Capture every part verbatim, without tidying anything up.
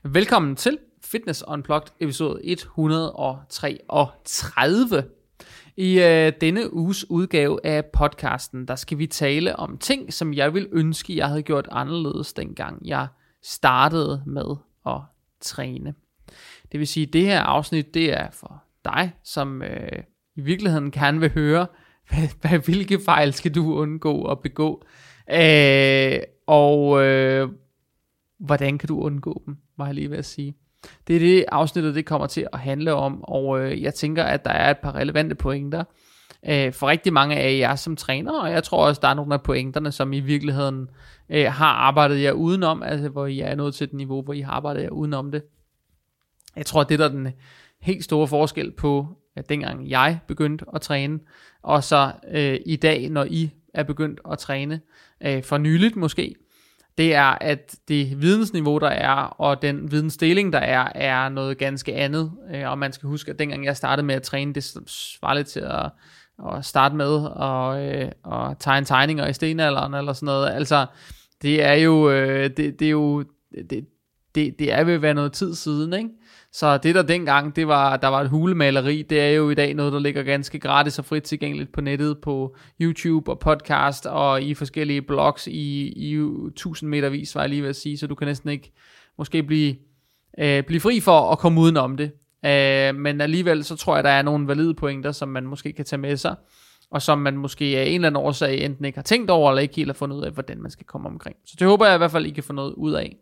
Velkommen til Fitness Unplugged episode et hundrede og treogtredive. I øh, denne uges udgave af podcasten, der skal vi tale om ting, som jeg ville ønske, jeg havde gjort anderledes, dengang jeg startede med at træne. Det vil sige, at det her afsnit, det er for dig, som øh, i virkeligheden gerne vil høre, hvad, hvad, hvilke fejl skal du undgå at begå, øh, og øh, hvordan kan du undgå dem, var jeg lige ved at sige. Det er det afsnittet, det kommer til at handle om, og øh, jeg tænker, at der er et par relevante pointer øh, for rigtig mange af jer som træner, og jeg tror også, der er nogle af pointerne, som i virkeligheden øh, har arbejdet jer udenom, altså hvor I er nået til et niveau, hvor I har arbejdet jer udenom det. Jeg tror, det der er den helt store forskel på, at dengang jeg begyndte at træne, og så øh, i dag, når I er begyndt at træne, øh, for nyligt måske, det er, at det vidensniveau, der er, og den vidensdeling, der er, er noget ganske andet. Og man skal huske, at dengang jeg startede med at træne, det var lidt til at, at starte med og, og tegne tegninger i stenalderen eller sådan noget. Altså, det er jo, det, det er jo, det, det, det er ved at være noget tid siden, ikke? Så det der dengang, det var, der var et hulemaleri, det er jo i dag noget, der ligger ganske gratis og frit tilgængeligt på nettet, på YouTube og podcast og i forskellige blogs i, i tusind metervis, var jeg lige ved at sige, så du kan næsten ikke måske blive, øh, blive fri for at komme udenom det. Øh, men alligevel så tror jeg, der er nogle valide pointer, som man måske kan tage med sig, og som man måske af en eller anden årsag enten ikke har tænkt over, eller ikke helt har fundet ud af, hvordan man skal komme omkring. Så det håber jeg i hvert fald, I kan få noget ud af.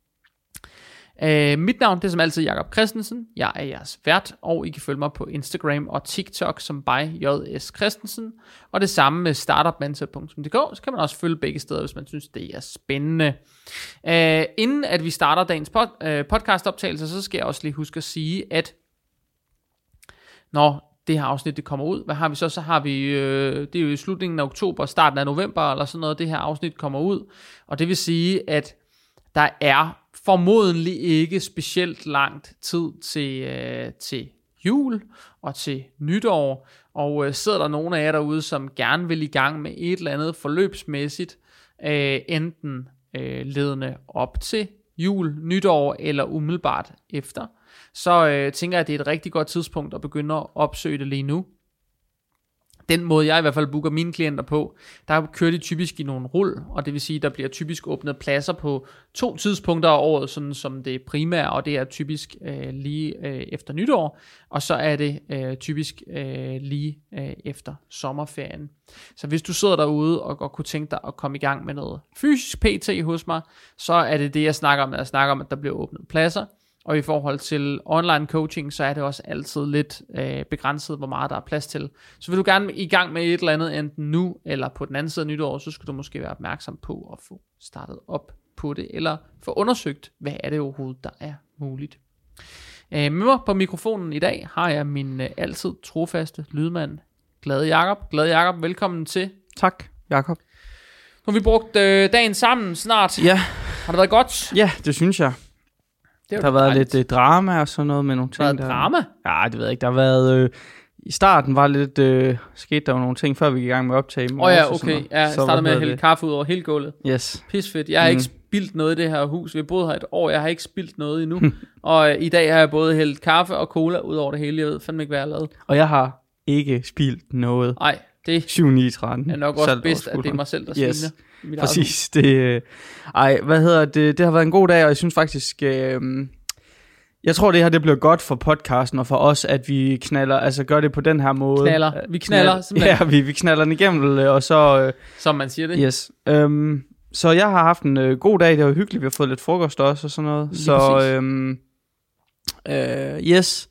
Uh, mit navn det er som altid Jakob Christensen. Jeg er jeres vært, og I kan følge mig på Instagram og TikTok som by J S Christensen. Og det samme med startup mindset punktum d k. Så kan man også følge begge steder, hvis man synes det er spændende. uh, Inden at vi starter dagens pod, uh, podcast optagelse, så skal jeg også lige huske at sige, at når det her afsnit det kommer ud, hvad har vi så? Så har vi, øh, det er jo i slutningen af oktober, starten af november eller sådan noget, det her afsnit kommer ud. Og det vil sige, at der er formodentlig ikke specielt langt tid til, øh, til jul og til nytår, og øh, sidder der nogen af jer derude, som gerne vil i gang med et eller andet forløbsmæssigt, øh, enten øh, ledende op til jul, nytår eller umiddelbart efter, så øh, tænker jeg, at det er et rigtig godt tidspunkt at begynde at opsøge det lige nu. Den måde jeg i hvert fald booker mine klienter på, der kører de typisk i nogle rul, og det vil sige, der bliver typisk åbnet pladser på to tidspunkter af året, sådan som det primære, og det er typisk øh, lige øh, efter nytår, og så er det øh, typisk øh, lige øh, efter sommerferien. Så hvis du sidder derude og godt kunne tænke dig at komme i gang med noget fysisk P T hos mig, så er det det, jeg snakker om, jeg snakker om, at der bliver åbnet pladser. Og i forhold til online coaching, så er det også altid lidt øh, begrænset, hvor meget der er plads til. Så vil du gerne i gang med et eller andet, enten nu eller på den anden side af nytår, så skal du måske være opmærksom på at få startet op på det, eller få undersøgt, hvad er det overhovedet, der er muligt. Øh, med mig på mikrofonen i dag har jeg min øh, altid trofaste lydmand, Glade Jakob. Glade Jakob, velkommen til. Tak, Jakob. Nu har vi brugt øh, dagen sammen snart. Ja. Har det været godt? Ja, det synes jeg. Der har været dejligt. lidt uh, drama og sådan noget med nogle ting. Hvad der... drama? Ja, det ved jeg ikke. Der har været... Øh, I starten var lidt... Øh, skete der jo nogle ting, før vi gik i gang med at optage i morges. Åh oh ja, okay. Ja, jeg startede med at hælde det? kaffe ud over hele gulvet. Yes. Pisfedt. Jeg har mm. ikke spildt noget i det her hus. Vi har boet her et år. Jeg har ikke spildt noget endnu. Og øh, i dag har jeg både hældt kaffe og cola ud over det hele. Jeg ved fandme ikke, hvad jeg har lavet. Og jeg har ikke spildt noget. Nej, det syv ni tretten er nok også bedst, at det er mig selv, der yes. sviner. Præcis. Det, ej, hvad hedder det? Det har været en god dag, og jeg synes faktisk... Øh, Jeg tror, det her det bliver godt for podcasten og for os, at vi knaller, altså gør det på den her måde. Knaller. Vi knaller simpelthen. Ja, vi, vi knaller den igennem, og så... Øh, Som man siger det. Yes. Um, så jeg har haft en øh, god dag, det var hyggeligt, vi har fået lidt frokost også og sådan noget. Lige så øhm, øh, yes,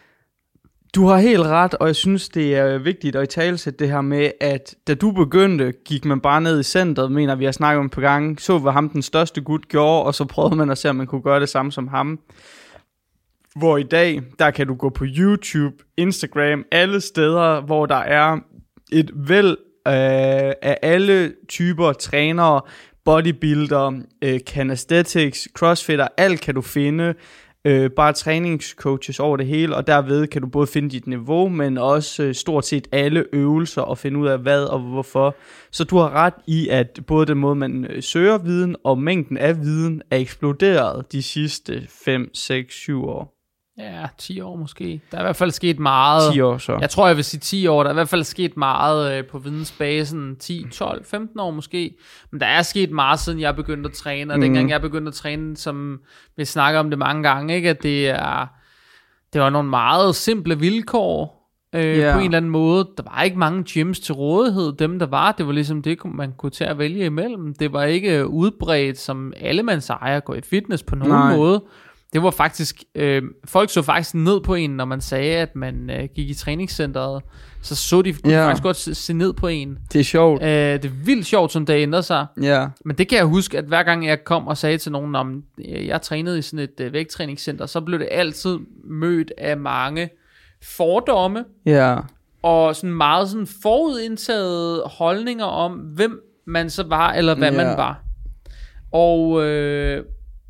du har helt ret, og jeg synes, det er vigtigt at italesætte det her med, at da du begyndte, gik man bare ned i centret, mener vi har snakket om et par gange, så hvad ham den største gut gjorde, og så prøvede man at se, om man kunne gøre det samme som ham. Hvor i dag, der kan du gå på YouTube, Instagram, alle steder, hvor der er et væld øh, af alle typer trænere, bodybuilder, øh, kinesthetics, crossfitter, alt kan du finde. øh, bare træningscoaches over det hele, og derved kan du både finde dit niveau, men også øh, stort set alle øvelser, og finde ud af hvad og hvorfor. Så du har ret i, at både den måde, man øh, søger viden, og mængden af viden, er eksploderet de sidste fem, seks, syv år. Ja, ti år måske. Der er i hvert fald sket meget. ti år så. Jeg tror, jeg vil sige ti år. Der er i hvert fald sket meget øh, på vidensbasen. ti, tolv, femten år måske. Men der er sket meget, siden jeg begyndte at træne. Og mm. dengang jeg begyndte at træne, som vi snakker om det mange gange, ikke? At det er det var nogle meget simple vilkår øh, yeah. på en eller anden måde. Der var ikke mange gyms til rådighed. Dem der var, det var ligesom det, man kunne tage at vælge imellem. Det var ikke udbredt, som alle mands ejer går i fitness på nogen Nej. måde. Det var faktisk, øh, folk så faktisk ned på en, når man sagde, at man øh, gik i træningscenteret. Så så de yeah. faktisk godt se, se ned på en. Det er sjovt. Øh, det er vildt sjovt, som det ændrer sig. Yeah. Men det kan jeg huske, at hver gang jeg kom og sagde til nogen, om øh, jeg trænede i sådan et øh, vægttræningscenter, så blev det altid mødt af mange fordomme. Ja. Yeah. Og sådan meget sådan forudindtagede holdninger om, hvem man så var, eller hvad yeah. man var. Og... Øh,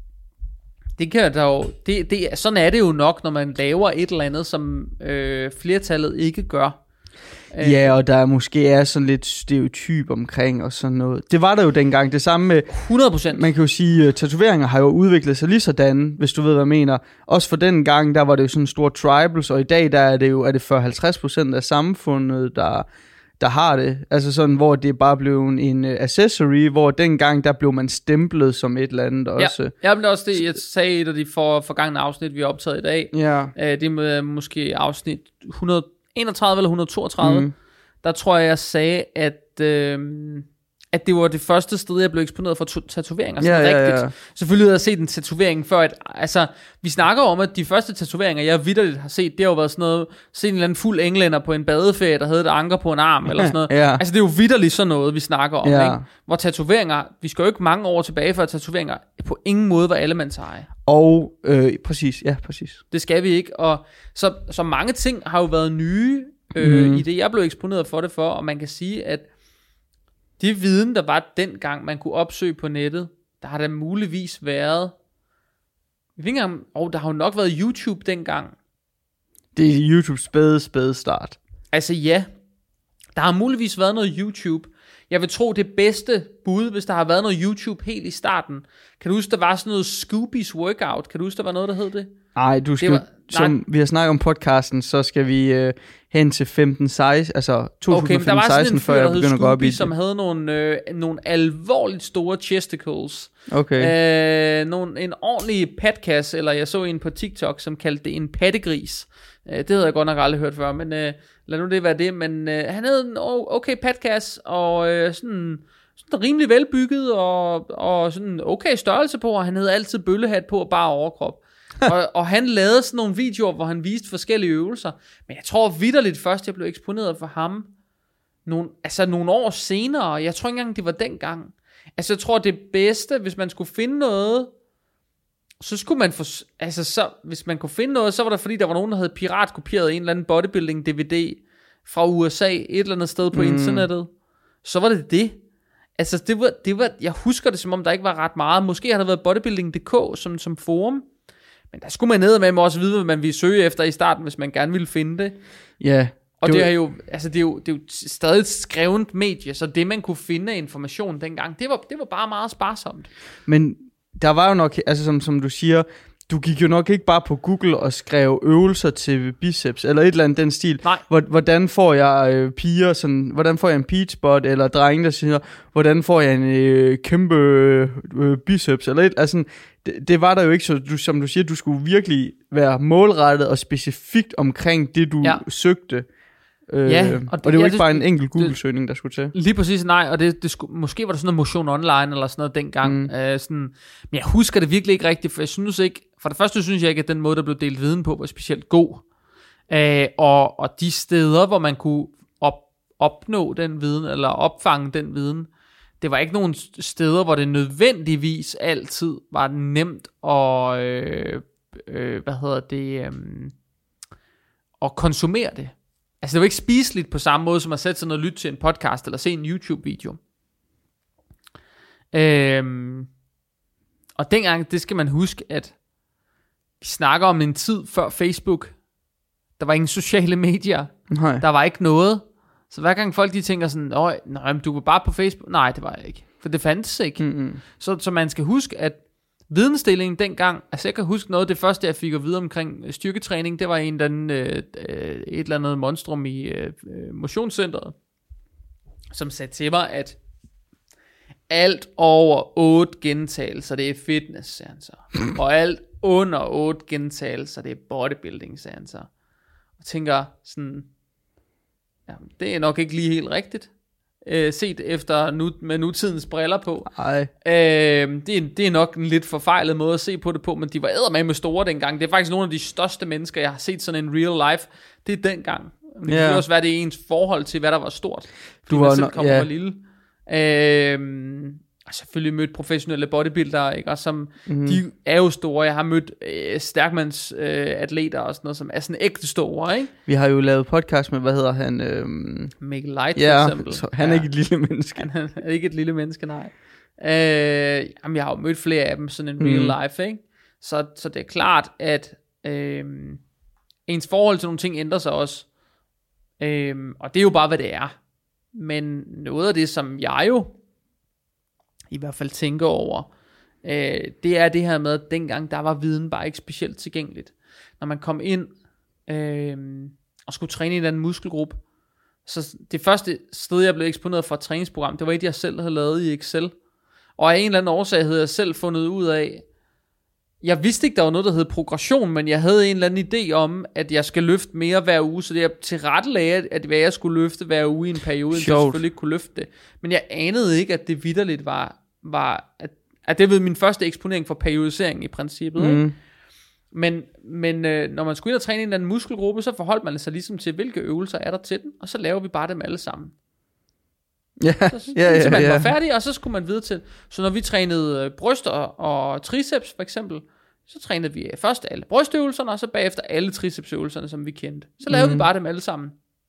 Det kan der jo, det, det, sådan er det jo nok, når man laver et eller andet, som øh, flertallet ikke gør. Ja, og der måske er sådan lidt stereotyp omkring og sådan noget. Det var der jo dengang. Det samme med hundrede procent. Man kan jo sige, at tatoveringer har jo udviklet sig lige sådan, hvis du ved, hvad jeg mener. Også for den gang, der var det jo sådan store tribals, og i dag der er det jo er det fyrre til halvtreds procent af samfundet, der... der har det, altså sådan, hvor det bare blev en, en accessory, hvor dengang, der blev man stemplet som et eller andet også. Ja, ja men det er også det, jeg sagde i et af de for, forgangne afsnit, vi har optaget i dag. Ja. Æ, det er måske afsnit et hundrede og enogtredive eller et hundrede og toogtredive. Mm. Der tror jeg, jeg sagde, at... Øh, at det var det første sted, jeg blev eksponeret for to- tatoveringer. Ja, ja, ja. Rigtigt. Selvfølgelig havde jeg set en tatovering før. At, altså, vi snakker om, at de første tatoveringer, jeg vitterligt har set, det har jo været sådan noget, set en eller anden fuld englænder på en badeferie, der havde et anker på en arm, eller sådan noget. Ja. Altså, det er jo vitterligt sådan noget, vi snakker om. Ja. Ikke? Hvor tatoveringer, vi skal jo ikke mange år tilbage, før tatoveringer på ingen måde var allemandseje. Og, øh, præcis, ja, præcis. Det skal vi ikke. Og så, så mange ting har jo været nye, øh, mm. i det, jeg blev eksponeret for det for, og man kan sige, at de viden, der var dengang, man kunne opsøge på nettet, der har der muligvis været... Jeg ved ikke engang... Oh, der har jo nok været YouTube dengang. Det er YouTubes spæde, spæde start. Altså ja, der har muligvis været noget YouTube. Jeg vil tro det bedste bud, hvis der har været noget YouTube helt i starten. Kan du huske, der var sådan noget Scooby's Workout? Kan du huske, der var noget, der hed det? Nej, du skal, var, som nej. vi har snakket om podcasten, så skal vi øh, hen til femten seksten, altså to tusind og femten seksten, okay, før jeg begynder at gå op i det. Som havde nogle, øh, nogle alvorligt store chesticles. Okay. Øh, nogle, en ordentlig patkasse, eller jeg så en på TikTok, som kaldte det en pattegris. Øh, det havde jeg godt nok aldrig hørt før, men øh, lad nu det være det. Men øh, han havde en okay patkasse, og øh, sådan... sådan rimelig velbygget, og, og sådan okay størrelse på, og han havde altid bøllehat på og bare overkrop. og, og han lavede sådan nogle videoer, hvor han viste forskellige øvelser. Men jeg tror vitterligt først, jeg blev eksponeret for ham nogle, altså nogle år senere. Jeg tror ikke engang, det var dengang. Altså jeg tror, det bedste, hvis man skulle finde noget, så skulle man få, altså så, hvis man kunne finde noget, så var der fordi, der var nogen, der havde piratkopieret en eller anden bodybuilding D V D fra U S A, et eller andet sted på mm. internettet. Så var det det. Altså det var, det var, jeg husker det som om der ikke var ret meget. Måske har der været bodybuilding punktum d k som, som forum. Men der skulle man ned med også vide, hvad man ville søge efter i starten, hvis man gerne ville finde det. Ja. Og det, det var... er jo, altså det er jo, det er jo stadig et skrevet medie, så det man kunne finde af information dengang, det var, det var bare meget sparsomt. Men der var jo nok, altså som, som du siger, du gik jo nok ikke bare på Google og skrev øvelser til biceps, eller et eller andet den stil. Nej. Hvordan får jeg øh, piger, sådan, hvordan får jeg en peachbot, eller drenge, der siger, hvordan får jeg en øh, kæmpe øh, biceps, eller et, altså, det, det var der jo ikke, så du, som du siger, du skulle virkelig være målrettet og specifikt omkring det, du ja. søgte. Øh, ja, og, og det var ja, ikke det, bare en enkelt Google-søgning, der skulle til. Lige præcis, nej, og det, det skulle, måske var det sådan noget motion online, eller sådan noget dengang. Mm. Øh, sådan, men jeg husker det virkelig ikke rigtigt, for jeg synes ikke, for det første synes jeg ikke, at den måde, der blev delt viden på, var specielt god. Øh, og, og de steder, hvor man kunne op, opnå den viden, eller opfange den viden, det var ikke nogen steder, hvor det nødvendigvis altid var nemt at, øh, øh, hvad hedder det, øh, at konsumere det. Altså det var ikke spiseligt på samme måde som at sætte sig ned og lytte til en podcast eller se en YouTube-video. Øhm, og dengang, det skal man huske, at vi snakker om en tid før Facebook. Der var ingen sociale medier. Nej. Der var ikke noget. Så hver gang folk de tænker sådan, Åh, nej, men du var bare på Facebook. Nej, det var jeg ikke. For det fandtes ikke. Mm-hmm. Så, så man skal huske, at vidensdelingen dengang, altså jeg kan huske noget, det første jeg fik at vide omkring styrketræning, det var en eller anden, øh, et eller andet monstrum i øh, motionscenteret, som sagde til mig, at alt over otte gentagelser, det er fitness, sagde han så. Og alt under otte gentagelser, det er bodybuilding, sagde han så. Og tænker sådan, ja, det er nok ikke lige helt rigtigt. Øh, set efter nu, med nutidens briller på. Ej. Øh, det, er, det er nok en lidt forfejlet måde at se på det på, men de var eddermame store dengang. Det er faktisk nogle af de største mennesker, jeg har set sådan en real life. Det er dengang. Men det yeah. kan også være, det er ens forhold til, hvad der var stort. Fordi du var selv kom yeah. lille. Øh, og selvfølgelig mødt professionelle bodybuildere, ikke? Og som, mm-hmm. de er jo store. Jeg har mødt øh, stærkmands øh, atleter og sådan noget, som er sådan ægte store, ikke? Vi har jo lavet podcast med, hvad hedder han? Øhm... Mikkel Light, ja, for eksempel. Så han er ja. ikke et lille menneske. Han er ikke et lille menneske, nej. Øh, jamen, jeg har jo mødt flere af dem, sådan en real mm. life, ikke? Så, så det er klart, at øh, ens forhold til nogle ting ændrer sig også. Øh, og det er jo bare, hvad det er. Men noget af det, som jeg jo i hvert fald tænker over, øh, det er det her med, at dengang der var viden bare ikke specielt tilgængeligt. Når man kom ind øh, og skulle træne i en anden muskelgruppe, så det første sted, jeg blev eksponeret for et træningsprogram, det var et, jeg selv havde lavet i Excel. Og af en eller anden årsag havde jeg selv fundet ud af, jeg vidste ikke, der var noget, der hed progression, men jeg havde en eller anden idé om, at jeg skal løfte mere hver uge, så det jeg tilrettelagde, at hvad jeg skulle løfte hver uge i en periode, så jeg selvfølgelig ikke kunne løfte det. Men jeg anede ikke, at det vitterligt var, var at, at det var min første eksponering for periodisering i princippet. Mm. Ikke? Men, men øh, når man skulle ind og træne en eller anden muskelgruppe, så forholdt man sig ligesom til, hvilke øvelser er der til den, og så laver vi bare dem alle sammen. Ja, så, ja, ja, man ja. var færdig, og så skulle man videre til. Så når vi trænede bryster og triceps for eksempel, så trænede vi først alle brystøvelserne, og så bagefter alle tricepsøvelserne, som vi kendte. Så lavede mm. vi bare dem alle sammen.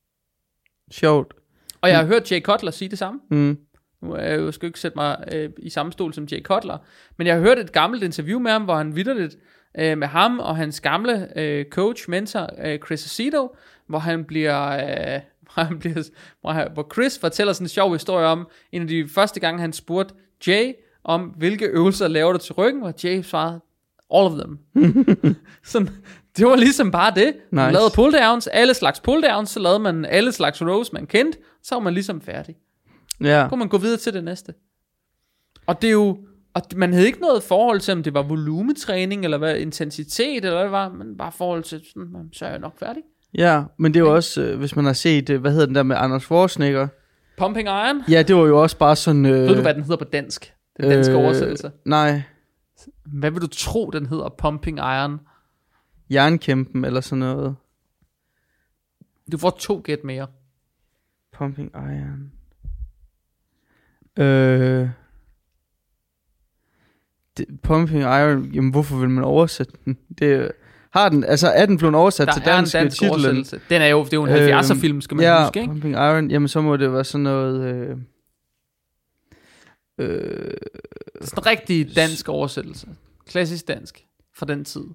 Sjovt. Og jeg har hørt Jay Cutler sige det samme. Mm. Nu er jeg jo skal ikke sætte mig øh, i samme stol som Jay Cutler, men jeg har hørt et gammelt interview med ham, hvor han vitterligt øh, med ham og hans gamle øh, coach, mentor, øh, Chris Aceto, hvor han bliver... Øh, Hvor, han bliver, hvor, han, hvor Chris fortæller sådan en sjov historie om, en af de første gange han spurgte Jay om, hvilke øvelser laver du til ryggen, hvor Jay svarede, all of them. Sådan, det var ligesom bare det. Nice. Man lavede pull-downs, alle slags pull-downs, så lavede man alle slags rows, man kendte, så var man ligesom færdig. Ja. Yeah. Så kunne man gå videre til det næste. Og det er jo, og man havde ikke noget forhold til, om det var volumetræning, eller hvad, intensitet, eller hvad det var, men bare forhold til, sådan, så er jeg nok færdig. Ja, men det er jo også, øh, hvis man har set, øh, hvad hedder den der med Arnold Schwarzenegger? Pumping Iron? Ja, det var jo også bare sådan... Øh, Ved du, hvad den hedder på dansk? Den danske øh, oversættelse? Nej. Hvad vil du tro, den hedder? Pumping Iron? Jernkæmpen eller sådan noget. Du får to gæt mere. Pumping Iron. Øh... Det, Pumping Iron, jamen hvorfor vil man oversætte den? Det har den, altså er den blevet oversat der til dansk, dansk titlen? Den er jo, det er jo en halvfjerdser film, skal man ja, huske, ikke? Pumping Iron, jamen så må det være sådan noget... Øh, øh, sådan en rigtig dansk oversættelse. Klassisk dansk fra den tid.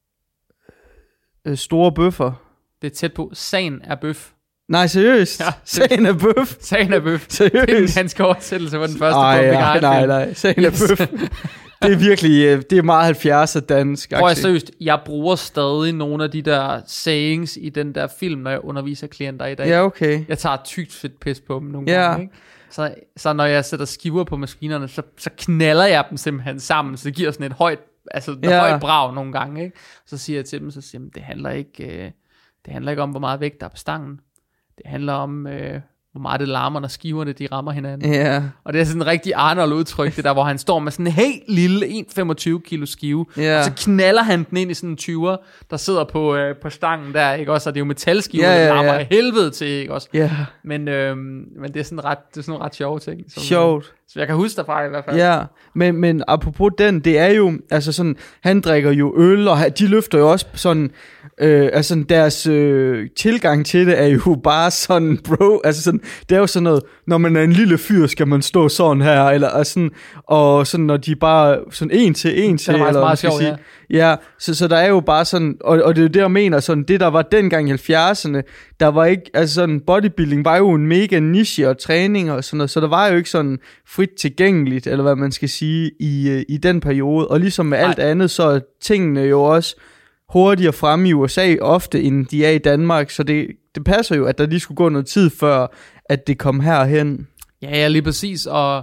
Øh, store bøffer. Det er tæt på. Sagen er bøf. Nej, seriøst? Ja, Sagen er bøf? Sagen er bøf. Seriøst? Det er den danske oversættelse på den første Ej, Pumping ja, Iron nej, film. nej, Sagen er bøf. Det er virkelig, det er meget halvfjerdser dansk. Prøv at seriøst, jeg bruger stadig nogle af de der sayings i den der film, når jeg underviser klienter i dag. Ja, okay. Jeg tager tykt fedt pis på dem nogle ja. gange, ikke? Så, så når jeg sætter skiver på maskinerne, så, så knaller jeg dem simpelthen sammen, så det giver sådan et højt, altså et ja. højt brag nogle gange, ikke? Så siger jeg til dem, så siger jeg, det handler ikke, øh, det handler ikke om, hvor meget vægt der er på stangen. Det handler om, øh, hvor meget det larmer, når skiverne de rammer hinanden. Yeah. Og det er sådan en rigtig Arnold udtryk, det der, hvor han står med sådan en helt lille en komma femogtyve kilo skive, yeah. og så knaller han den ind i sådan en tyver, der sidder på, øh, på stangen der, ikke også? Og det er jo metalskiver, yeah, der larmer yeah. helvede til, ikke også? Yeah. Men, øh, men det er sådan ret, det er sådan nogle ret sjove ting. Som, Sjovt. Så jeg kan huske derfra i hvert fald. Ja, men, men apropos den, det er jo, altså sådan, han drikker jo øl, og de løfter jo også sådan, øh, altså deres øh, tilgang til det er jo bare sådan, bro, altså sådan, det er jo sådan noget, når man er en lille fyr, skal man stå sådan her, eller og sådan, og sådan, når de bare sådan en til en til, det er eller meget sjovt, sige. Ja, så, så der er jo bare sådan, og, og det er jo det, jeg mener, sådan, det der var dengang i halvfjerdserne, der var ikke, altså sådan, bodybuilding var jo en mega niche og træning og sådan noget, så der var jo ikke sådan frit tilgængeligt, eller hvad man skal sige, i, i den periode, og ligesom med alt Ej. andet, så er tingene jo også hurtigere fremme i U S A ofte, end de er i Danmark, så det, det passer jo, at der lige skulle gå noget tid, før at det kom herhen. Ja, ja, lige præcis, og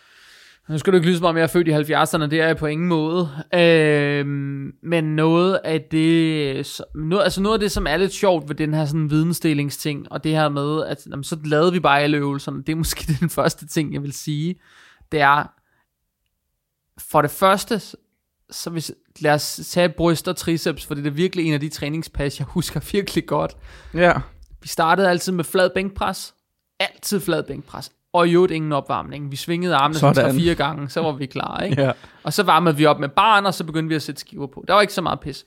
nu skal du ikke lyde som om, jeg er født i halvfjerdserne, det er jeg på ingen måde, øhm, men noget af det, noget, altså noget af det, som er lidt sjovt ved den her sådan vidensdelingsting, og det her med, at jamen, så lavede vi bare alle øvelserne, det er måske den første ting, jeg vil sige, det er, for det første, så hvis, lad os tage bryst og triceps, for det er virkelig en af de træningspas, jeg husker virkelig godt. Ja. Vi startede altid med flad bænkpres, altid flad bænkpres, og jo ingen opvarmning. Vi svingede armene tre fire gange, så var vi klar, ikke? Ja. Og så varmede vi op med barn, og så begyndte vi at sætte skiver på. Der var ikke så meget pis.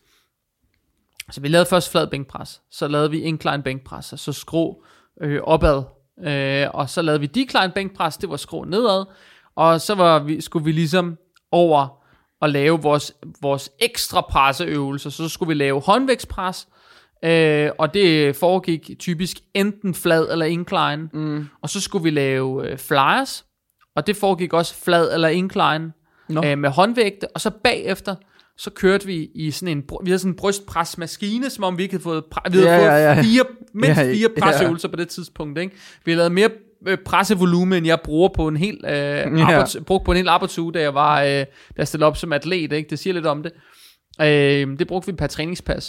Så vi lavede først flad bænkpres, så lavede vi incline bænkpres, og så skrå øh, opad, øh, og så lavede vi decline bænkpres, det var skrå nedad, og så var vi, skulle vi ligesom over og lave vores, vores ekstra presseøvelser, så skulle vi lave håndvægtspres, øh, og det foregik typisk enten flad eller incline, mm. og så skulle vi lave øh, flyers, og det foregik også flad eller incline, no. øh, med håndvægte, og så bagefter, så kørte vi i sådan en, vi havde sådan en brystpresmaskine, som om vi ikke havde fået, vi havde ja, ja, ja. fire, mindst ja, fire presseøvelser ja. på det tidspunkt, ikke? Vi havde lavet mere pressevolumen, end jeg bruger på en hel, øh, arbejds, yeah. brugte på en hel arbejdsuge, da jeg var, øh, da jeg stillede op som atlet, ikke? Det siger lidt om det. Øh, det brugte vi per træningspas.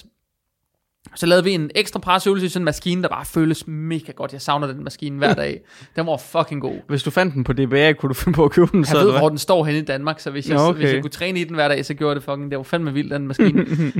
Så lavede vi en ekstra presseøvelse i sådan en maskine, der bare føles mega godt. Jeg savner den maskine hver dag. Den var fucking god. Hvis du fandt den på D B A, kunne du finde på at købe den? Jeg så ved, hvad? hvor den står henne i Danmark, så hvis jeg, okay. hvis jeg kunne træne i den hver dag, så gjorde det fucking, det var fandme vildt, den maskine.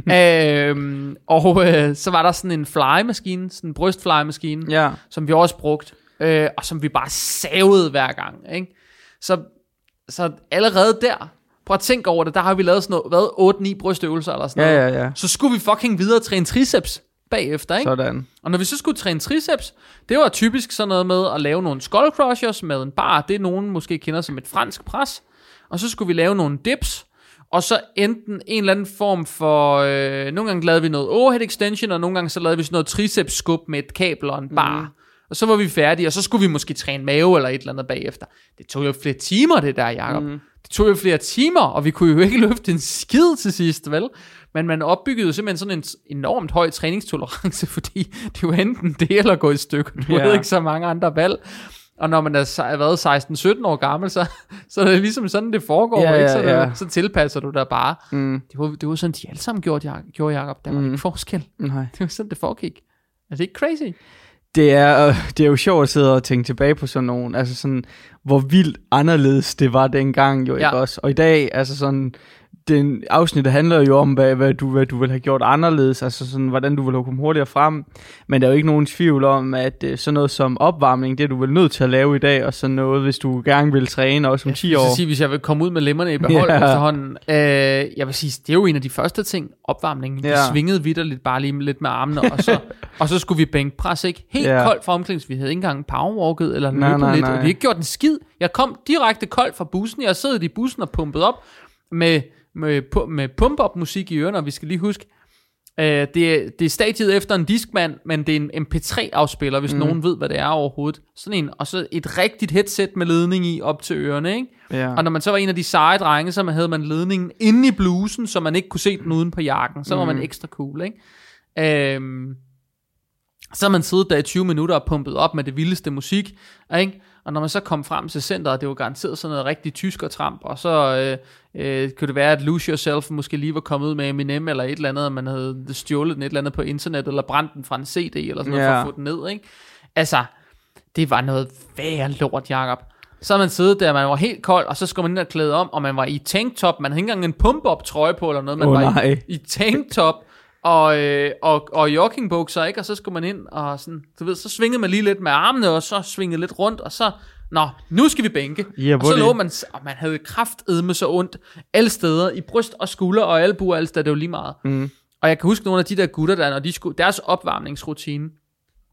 øhm, og øh, så var der sådan en fly-maskine, sådan en brystfly-maskine, ja. som vi også brugte, øh, og som vi bare savede hver gang, ikke? Så, så allerede der, prøv at tænke over det, der har vi lavet sådan noget, hvad, otte ni brystøvelser eller sådan ja, noget. Ja, ja. Så skulle vi fucking videre træne triceps bagefter, ikke? Sådan. Og når vi så skulle træne triceps, det var typisk sådan noget med at lave nogle skull crushers med en bar, det nogen måske kender som et fransk pres, og så skulle vi lave nogle dips, og så enten en eller anden form for, øh, nogle gange lavede vi noget overhead extension, og nogle gange så lavede vi sådan noget triceps skub med et kabel og en bar, mm. og så var vi færdige, og så skulle vi måske træne mave eller et eller andet bagefter. Det tog jo flere timer, det der, Jacob. Mm. Det tog jo flere timer, og vi kunne jo ikke løfte en skid til sidst, vel? Men man opbyggede jo simpelthen sådan en enormt høj træningstolerance, fordi det var enten det eller gå i stykker. Du yeah. havde ikke så mange andre valg. Og når man er været seksten sytten år gammel, så, så er det ligesom sådan, det foregår. Yeah, ikke? Så, yeah. så tilpasser du dig bare. Mm. Det, var, det var sådan, de alle sammen gjorde, gjorde Jacob. Der var mm. ikke forskel. Nej. Det var sådan, det foregik. Er det ikke crazy? Det er, det er jo sjovt at sidde og tænke tilbage på sådan nogen, altså sådan, hvor vildt anderledes det var dengang jo, ja. Ikke også? Og i dag, altså sådan, den afsnit handler jo om, hvad, hvad, du, hvad du vil have gjort anderledes, altså sådan, hvordan du vil have kommet hurtigere frem, men der er jo ikke nogen tvivl om, at uh, sådan noget som opvarmning, det er du vel nødt til at lave i dag, og sådan noget, hvis du gerne vil træne, også om ti år. Jeg vil sige, hvis jeg vil komme ud med lemmerne i behold yeah. efterhånden, øh, jeg vil sige, det er jo en af de første ting, opvarmningen, yeah. vi svingede vitterligt bare lige lidt med armene, og så, og så skulle vi bænkpres, ikke? Helt yeah. koldt fra omklædnings, vi havde ikke engang powerwalket, eller løbet lidt, og vi havde ikke gjort en skid. Jeg kom direkte koldt fra bussen, jeg sad i bussen og pumpede op, med med, med pump-up musik i ørerne, og vi skal lige huske, øh, det, er, det er stadiet efter en Discman, men det er en M P tre afspiller, hvis mm. nogen ved, hvad det er overhovedet. Sådan en, og så et rigtigt headset med ledning i op til ørerne, ikke? Ja. Og når man så var en af de seje drenge, så havde man ledningen inde i blusen, så man ikke kunne se den uden på jakken, så mm. var man ekstra cool, ikke? Øhm, så har man siddet der i tyve minutter og pumpet op med det vildeste musik, ikke? Og når man så kom frem til centeret, det var garanteret sådan noget rigtig tyskertramp, og så øh, øh, kunne det være, at Lose Yourself måske lige var kommet ud med Eminem eller et eller andet, og man havde stjålet den et eller andet på internet, eller brændt den fra en C D, eller sådan noget, yeah. for at få den ned, ikke? Altså, det var noget værre lort, Jacob. Så har man siddet der, man var helt kold, og så skulle man ind og klæde om, og man var i tanktop, man havde ikke engang en pump-up trøje på, eller noget, man oh, var i, i tanktop, og, øh, og, og joggingbukser, ikke? Og så skulle man ind, og sådan, du ved, så svingede man lige lidt med armene, og så svingede lidt rundt, og så, nå, nu skal vi bænke. Yeah, og så lå man, og man havde kraftedme så ondt, alle steder, i bryst og skulder, og albuer, alle steder, det var lige meget. Mm. Og jeg kan huske nogle af de der gutter der, når de skulle, deres opvarmningsrutine,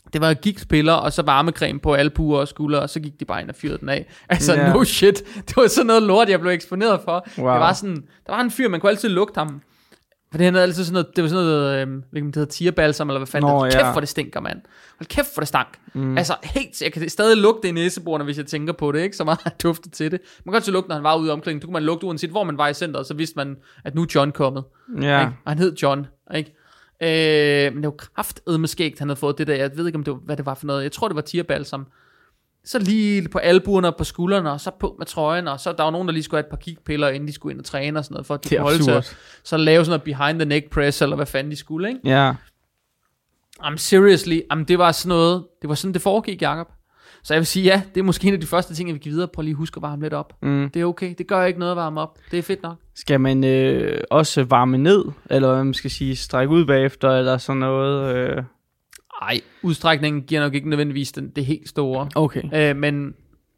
Det var gigtspiller, og så varmecreme på albuer og skuldre, og så gik de bare ind og fyrede den af. Altså, yeah. no shit. Det var sådan noget lort, jeg blev eksponeret for. Wow. Det var sådan, der var en fyr, man kunne altid lugte ham. For det havde altid sådan noget, det var sådan noget, øh, hvilken det hedder, tierbalsam, eller hvad fanden. Nå, det. Kæft, ja. For det stinker, mand. Hold kæft, for det stank. Mm. Altså, helt, jeg kan stadig lugte det i næseborene, hvis jeg tænker på det, ikke? Så meget duftet til det. Man kan altid lugte, når han var ude i omklædningen. Du kunne man lugte uanset, hvor man var i centret, så vidste man, at nu er John kommet. Ja. Ikke? Og han hed John, ikke? Øh, men det var kraftedme skægt, han havde fået det der. Jeg ved ikke, om det var, hvad det var for noget. Jeg tror, det var tierbalsam. Så lige på albuerne og på skuldrene, og så på med trøjen, og så der var nogen, der lige skulle have et par kigpiller, inden de skulle ind og træne og sådan noget, for at de kunne holde til, så lave sådan noget behind the neck press, eller hvad fanden de skulle, ikke? Ja. Yeah. I'm seriously, um, det var sådan noget, det var sådan, det foregik, Jacob. Så jeg vil sige, ja, det er måske en af de første ting, jeg vil give videre. Prøv lige at huske at varme lidt op. Mm. Det er okay, det gør ikke noget at varme op. Det er fedt nok. Skal man øh, også varme ned, eller hvad man skal sige, strække ud bagefter, eller sådan noget? Øh... Ej, udstrækningen giver nok ikke nødvendigvis den, det helt store. Okay. Øh, men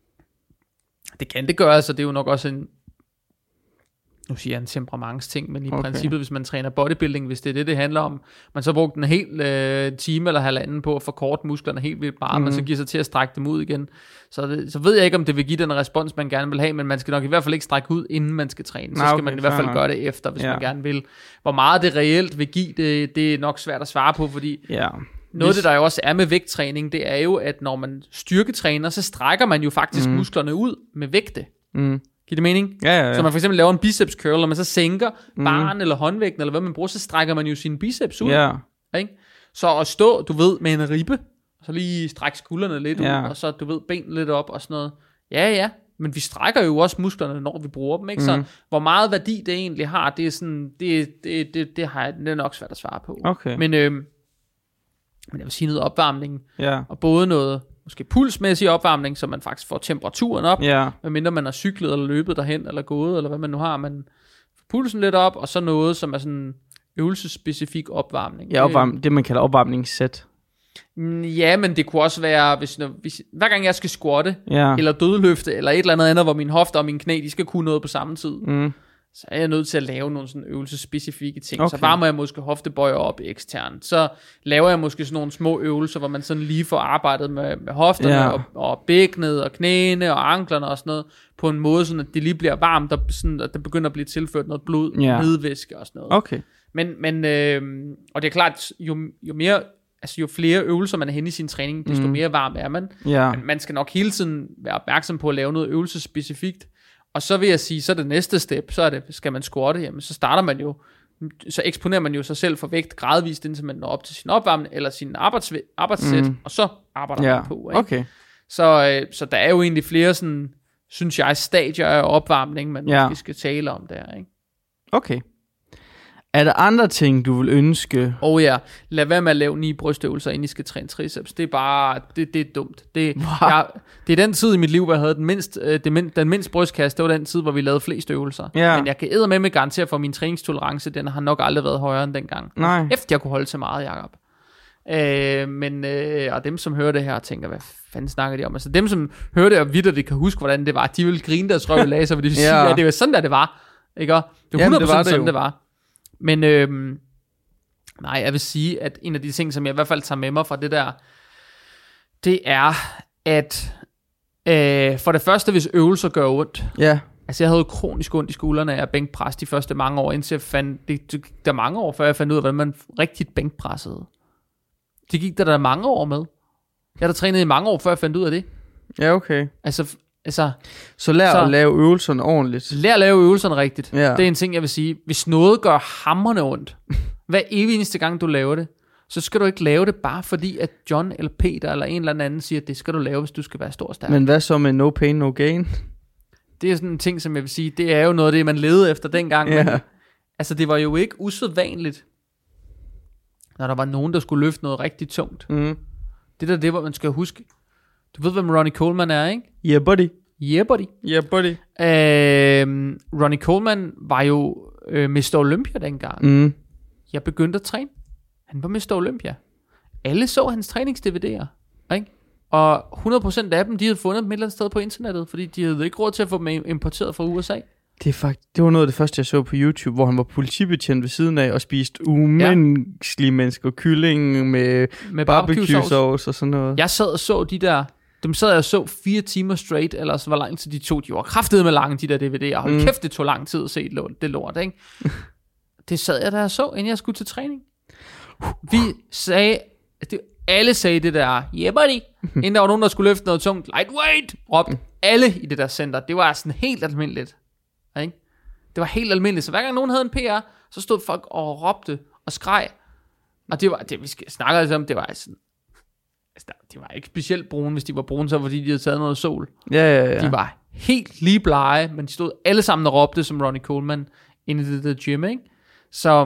det kan det gøre, så det er jo nok også en, nu siger jeg en temperamentsting, men i okay. princippet, hvis man træner bodybuilding, hvis det er det, det handler om, man så brugt en hel øh, time eller halvanden på at forkorte musklerne helt vildt meget, mm. man så giver sig til at strække dem ud igen, så, det, så ved jeg ikke, om det vil give den respons, man gerne vil have, men man skal nok i hvert fald ikke strække ud, inden man skal træne. Så skal okay, man i hvert fald gøre det efter, hvis ja. man gerne vil. Hvor meget det reelt vil give, det, det er nok svært at svare på, fordi ja. noget af det, der jo også er med vægttræning, det er jo, at når man styrketræner, så strækker man jo faktisk mm. musklerne ud med vægte. Mm. Giver det mening? Ja, ja, ja. Så man for eksempel laver en biceps curl, og man så sænker mm. barren eller håndvægten, eller hvad man bruger, så strækker man jo sine biceps ud. Ja. Ikke? Så at stå, du ved, med en ribbe, og så lige strække skuldrene lidt ja. ud, og så, du ved, benene lidt op og sådan noget. Ja, ja, men vi strækker jo også musklerne, når vi bruger dem, ikke? Mm. Så hvor meget værdi det egentlig har, det er sådan, det, det, det, det har jeg, det er nok svært at svare på. Okay. Men, øh, men jeg vil sige noget opvarmning, ja. og både noget måske pulsmæssig opvarmning, så man faktisk får temperaturen op, ja. medmindre man har cyklet eller løbet derhen, eller gået, eller hvad man nu har, man får pulsen lidt op, og så noget, som er sådan øvelsesspecifik opvarmning. Ja, opvarm- det man kalder opvarmningssæt. Ja, men det kunne også være, hvis, når, hvis hver gang jeg skal squatte, ja. eller dødløfte, eller et eller andet andet, hvor min hofter og mine knæ, de skal kunne noget på samme tid, mm. så er jeg nødt til at lave nogle sådan øvelsesspecifikke ting. Okay. Så varmer jeg måske hoftebøjer op eksternt. Så laver jeg måske sådan nogle små øvelser, hvor man sådan lige får arbejdet med, med hofterne, yeah. og, og bækkenet, og knæene, og anklerne og sådan noget, på en måde, sådan at det lige bliver varmt, og sådan, at der begynder at blive tilført noget blod, yeah. nedvæske og sådan noget. Okay. Men, men øh, og det er klart, jo, jo mere, altså jo flere øvelser man er henne i sin træning, desto mm. mere varm er man. Yeah. Men man skal nok hele tiden være opmærksom på at lave noget øvelsesspecifikt. Og så vil jeg sige, så er det næste step, så er det, skal man squatte, jamen så starter man jo, så eksponerer man jo sig selv for vægt gradvist, indtil man når op til sin opvarmning, eller sin arbejds, arbejdssæt, mm. og så arbejder ja. man på. Ikke? Okay. Så, øh, så der er jo egentlig flere sådan, synes jeg, stadier af opvarmning, man ja. måske skal tale om der. Ikke? Okay. Er der andre ting, du vil ønske? Åh oh ja, lad være med at lave ni brystøvelser, inden I skal træne triceps. Det er bare, det, det er dumt. Det, jeg, det er den tid i mit liv, hvor jeg havde den mindst, den, mindst, den mindst brystkasse. Det var den tid, hvor vi lavede flest øvelser. Ja. Men jeg kan eddermame med garantere for, min træningstolerance, den har nok aldrig været højere end dengang. Nej. Efter jeg kunne holde så meget, Jacob. Øh, men, øh, og dem, som hører det her, tænker, hvad fanden snakker de om? Altså dem, som hører det og vidder, det kan huske, hvordan det var, de vil grine deres røv i laser, fordi de ja. siger, at det var sådan, der det var. Ikke? Det var hundrede procent det var det sådan, jo. det var. Men øhm, nej, jeg vil sige, at en af de ting, som jeg i hvert fald tager med mig fra det der, det er, at øh, for det første, hvis øvelser gør ondt. Ja. Yeah. Altså jeg havde kronisk ondt i skuldrene af at bænkpresse de første mange år, indtil jeg fandt, det, det, der mange år, før jeg fandt ud af, hvordan man rigtigt bænkpressede. Det gik der der mange år med. Jeg havde trænet i mange år, før jeg fandt ud af det. Ja, okay. Altså... Altså, så lær så, at lave øvelserne ordentligt. Lær at lave øvelserne rigtigt. Ja. Det er en ting, jeg vil sige. Hvis noget gør hamrende ondt, hver evig eneste gang du laver det, så skal du ikke lave det bare fordi, at John eller Peter eller en eller anden siger, at det skal du lave, hvis du skal være stor og stærk. Men hvad så med no pain, no gain? Det er sådan en ting, som jeg vil sige, det er jo noget af det, man levede efter dengang. Ja. Men, altså, det var jo ikke usædvanligt, når der var nogen, der skulle løfte noget rigtig tungt. Mm. Det der, det hvor man skal huske. Du ved, hvem Ronnie Coleman er, ikke? Yeah, buddy. Yeah, buddy. Yeah, buddy. Øh, Ronnie Coleman var jo øh, mister Olympia dengang. Mm. Jeg begyndte at træne. Han var mister Olympia. Alle så hans trænings-D V D'er, ikke? Og hundrede procent af dem, de havde fundet dem et eller andet sted på internettet, fordi de havde ikke råd til at få dem importeret fra U S A. Det, er fakt- det var noget af det første, jeg så på YouTube, hvor han var politibetjent ved siden af og spiste umenneskelige ja. mennesker, kylling med, med barbecue-sauce og sådan noget. Jeg sad og så de der, dem sad jeg og så fire timer straight, eller så var lang tid de to, de var kraftedeme med lange, de der D V D'er. Hold mm. kæft, det tog lang tid at se det lort, ikke? Det sad jeg der og så, inden jeg skulle til træning. Vi sagde, det, alle sagde det der, yeah buddy, inden der var nogen, der skulle løfte noget tungt, lightweight, råbte alle i det der center. Det var sådan helt almindeligt. Ikke? Det var helt almindeligt. Så hver gang nogen havde en P R, så stod folk og råbte og skreg. Og det var, det vi snakker altså om, det var sådan, altså, de var ikke specielt brune. Hvis de var brune, så var fordi de havde taget noget sol. Ja, ja, ja. De var helt lige blege, men de stod alle sammen og råbte som Ronnie Coleman inde i det der gym, ikke? Så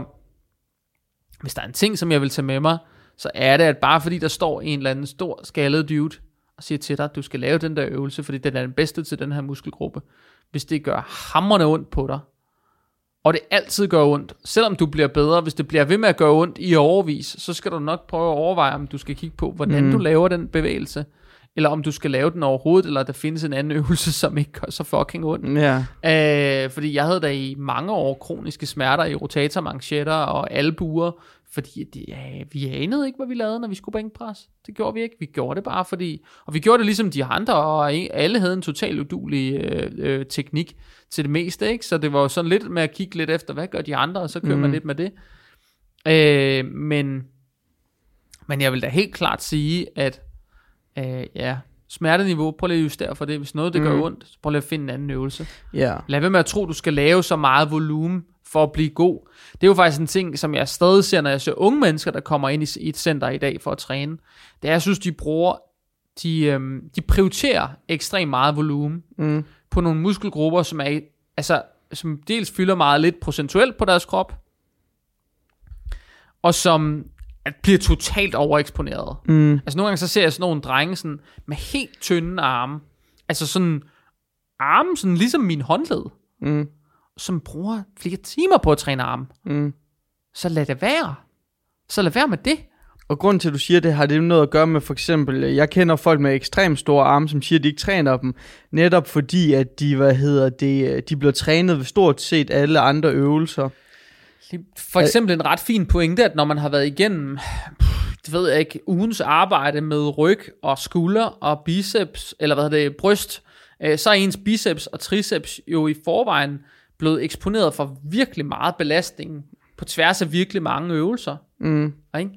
hvis der er en ting, som jeg vil tage med mig, så er det, at bare fordi der står en eller anden stor skaldet dude og siger til dig, at du skal lave den der øvelse, fordi den er den bedste til den her muskelgruppe. Hvis det gør hamrende ondt på dig, og det altid gør ondt, selvom du bliver bedre, hvis det bliver ved med at gøre ondt i overvis, så skal du nok prøve at overveje, om du skal kigge på, hvordan mm. du laver den bevægelse, eller om du skal lave den overhovedet, eller der findes en anden øvelse, som ikke gør så fucking ondt. Ja. Øh, fordi jeg havde da i mange år kroniske smerter i rotator, manchetter og albuer, fordi det, ja, vi anede ikke, hvad vi lavede, når vi skulle bænkpres. Det gjorde vi ikke. Vi gjorde det bare fordi, og vi gjorde det ligesom de andre, og alle havde en total uduelig øh, øh, teknik til det meste, ikke? Så det var jo sådan lidt med at kigge lidt efter, hvad gør de andre, og så kører mm. man lidt med det. Øh, men, men jeg vil da helt klart sige, at øh, ja, smerteniveau, prøv lige at justere for det. Hvis noget det gør mm. ondt, så prøv lige at finde en anden øvelse. Yeah. Lad være med at tro, du skal lave så meget volumen for at blive god. Det er jo faktisk en ting, som jeg stadig ser, når jeg ser unge mennesker, der kommer ind i et center i dag for at træne. Det er, jeg synes, de bruger, de, øhm, de prioriterer ekstremt meget volumen mm. på nogle muskelgrupper, som er, altså, som dels fylder meget lidt procentuelt på deres krop, og som at bliver totalt overeksponeret. Mm. Altså nogle gange så ser jeg sådan nogle drenge sådan, med helt tynde arme, altså sådan arme sådan ligesom min håndled, mm. som bruger flere timer på at træne arme. Mm. Så lad det være. Så lad være med det. Og grunden til, at du siger det, har det noget at gøre med, for eksempel, jeg kender folk med ekstremt store arme, som siger, at de ikke træner dem, netop fordi, at de, hvad hedder det, de bliver trænet ved stort set alle andre øvelser. For eksempel en ret fin pointe, at når man har været igennem, det ved jeg ikke, ugens arbejde med ryg og skulder og biceps, eller hvad hedder det, bryst, så er ens biceps og triceps jo i forvejen blevet eksponeret for virkelig meget belastning på tværs af virkelig mange øvelser. Mm. Ikke?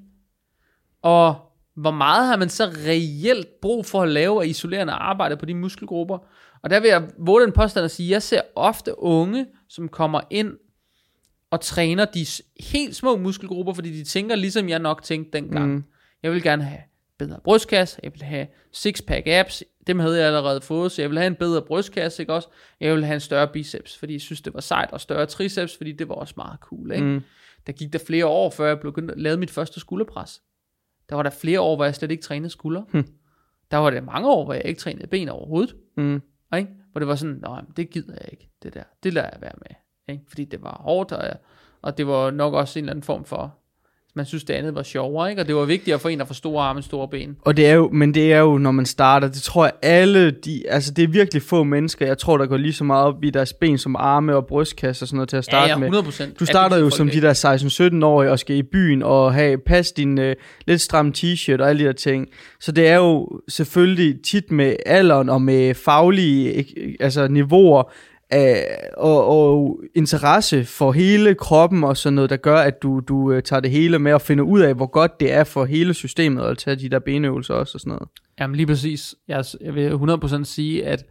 Og hvor meget har man så reelt brug for at lave af isolerende arbejde på de muskelgrupper? Og der vil jeg våge den påstand at sige, at jeg ser ofte unge, som kommer ind og træner de helt små muskelgrupper, fordi de tænker ligesom jeg nok tænkte dengang. Mm. Jeg vil gerne have bedre brystkasse, jeg vil have six-pack abs, dem havde jeg allerede fået, så jeg vil have en bedre brystkasse, ikke også? Jeg vil have en større biceps, fordi jeg synes, det var sejt, og større triceps, fordi det var også meget cool, ikke? Mm. Der gik der flere år, før jeg begyndte at lave mit første skulderpres. Der var der flere år, hvor jeg slet ikke trænede skulder. Hmm. Der var der mange år, hvor jeg ikke trænede ben overhovedet. Mm. Ikke? Hvor det var sådan, nej, det gider jeg ikke, det der. Det lader jeg være med. Ikke? Fordi det var hårdt, og, og det var nok også en eller anden form for, man synes det andet var sjovere, ikke? Og det var vigtigere for en at få store arme og store ben. Og det er jo, men det er jo, når man starter, det tror jeg alle, de, altså det er virkelig få mennesker, jeg tror der går lige så meget op i deres ben som arme og brystkasse og sådan noget til at starte ja, ja, hundrede procent. med. Du starter jo som de der seksten sytten-årige og skal i byen og have, pas din uh, lidt stram t-shirt og alle de der ting. Så det er jo selvfølgelig tit med alderen og med faglige altså niveauer, Uh, og, og interesse for hele kroppen og sådan noget, der gør, at du, du uh, tager det hele med og finder ud af, hvor godt det er for hele systemet at tage de der benøvelser også og sådan noget. Jamen lige præcis. Jeg, jeg vil hundrede procent sige, at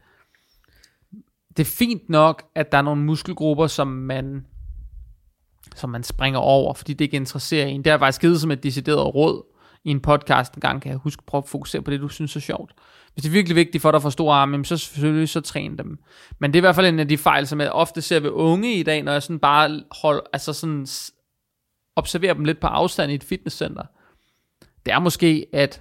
det er fint nok, at der er nogle muskelgrupper, som man, som man springer over, fordi det ikke interesserer en. Det har faktisk givet som et decideret råd i en podcast en gang, kan jeg huske, prøve at fokusere på det, du synes er sjovt. Hvis det er virkelig vigtigt for dig at få store arme, så selvfølgelig så træn dem. Men det er i hvert fald en af de fejl, som jeg ofte ser ved unge i dag, når jeg sådan bare hold, altså sådan observerer dem lidt på afstand i et fitnesscenter. Det er måske, at,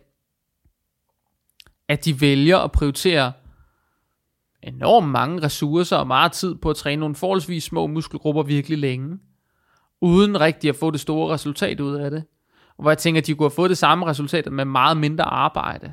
at de vælger at prioritere enormt mange ressourcer og meget tid på at træne nogle forholdsvis små muskelgrupper virkelig længe, uden rigtig at få det store resultat ud af det. Og hvor jeg tænker, at de kunne have fået det samme resultat med meget mindre arbejde.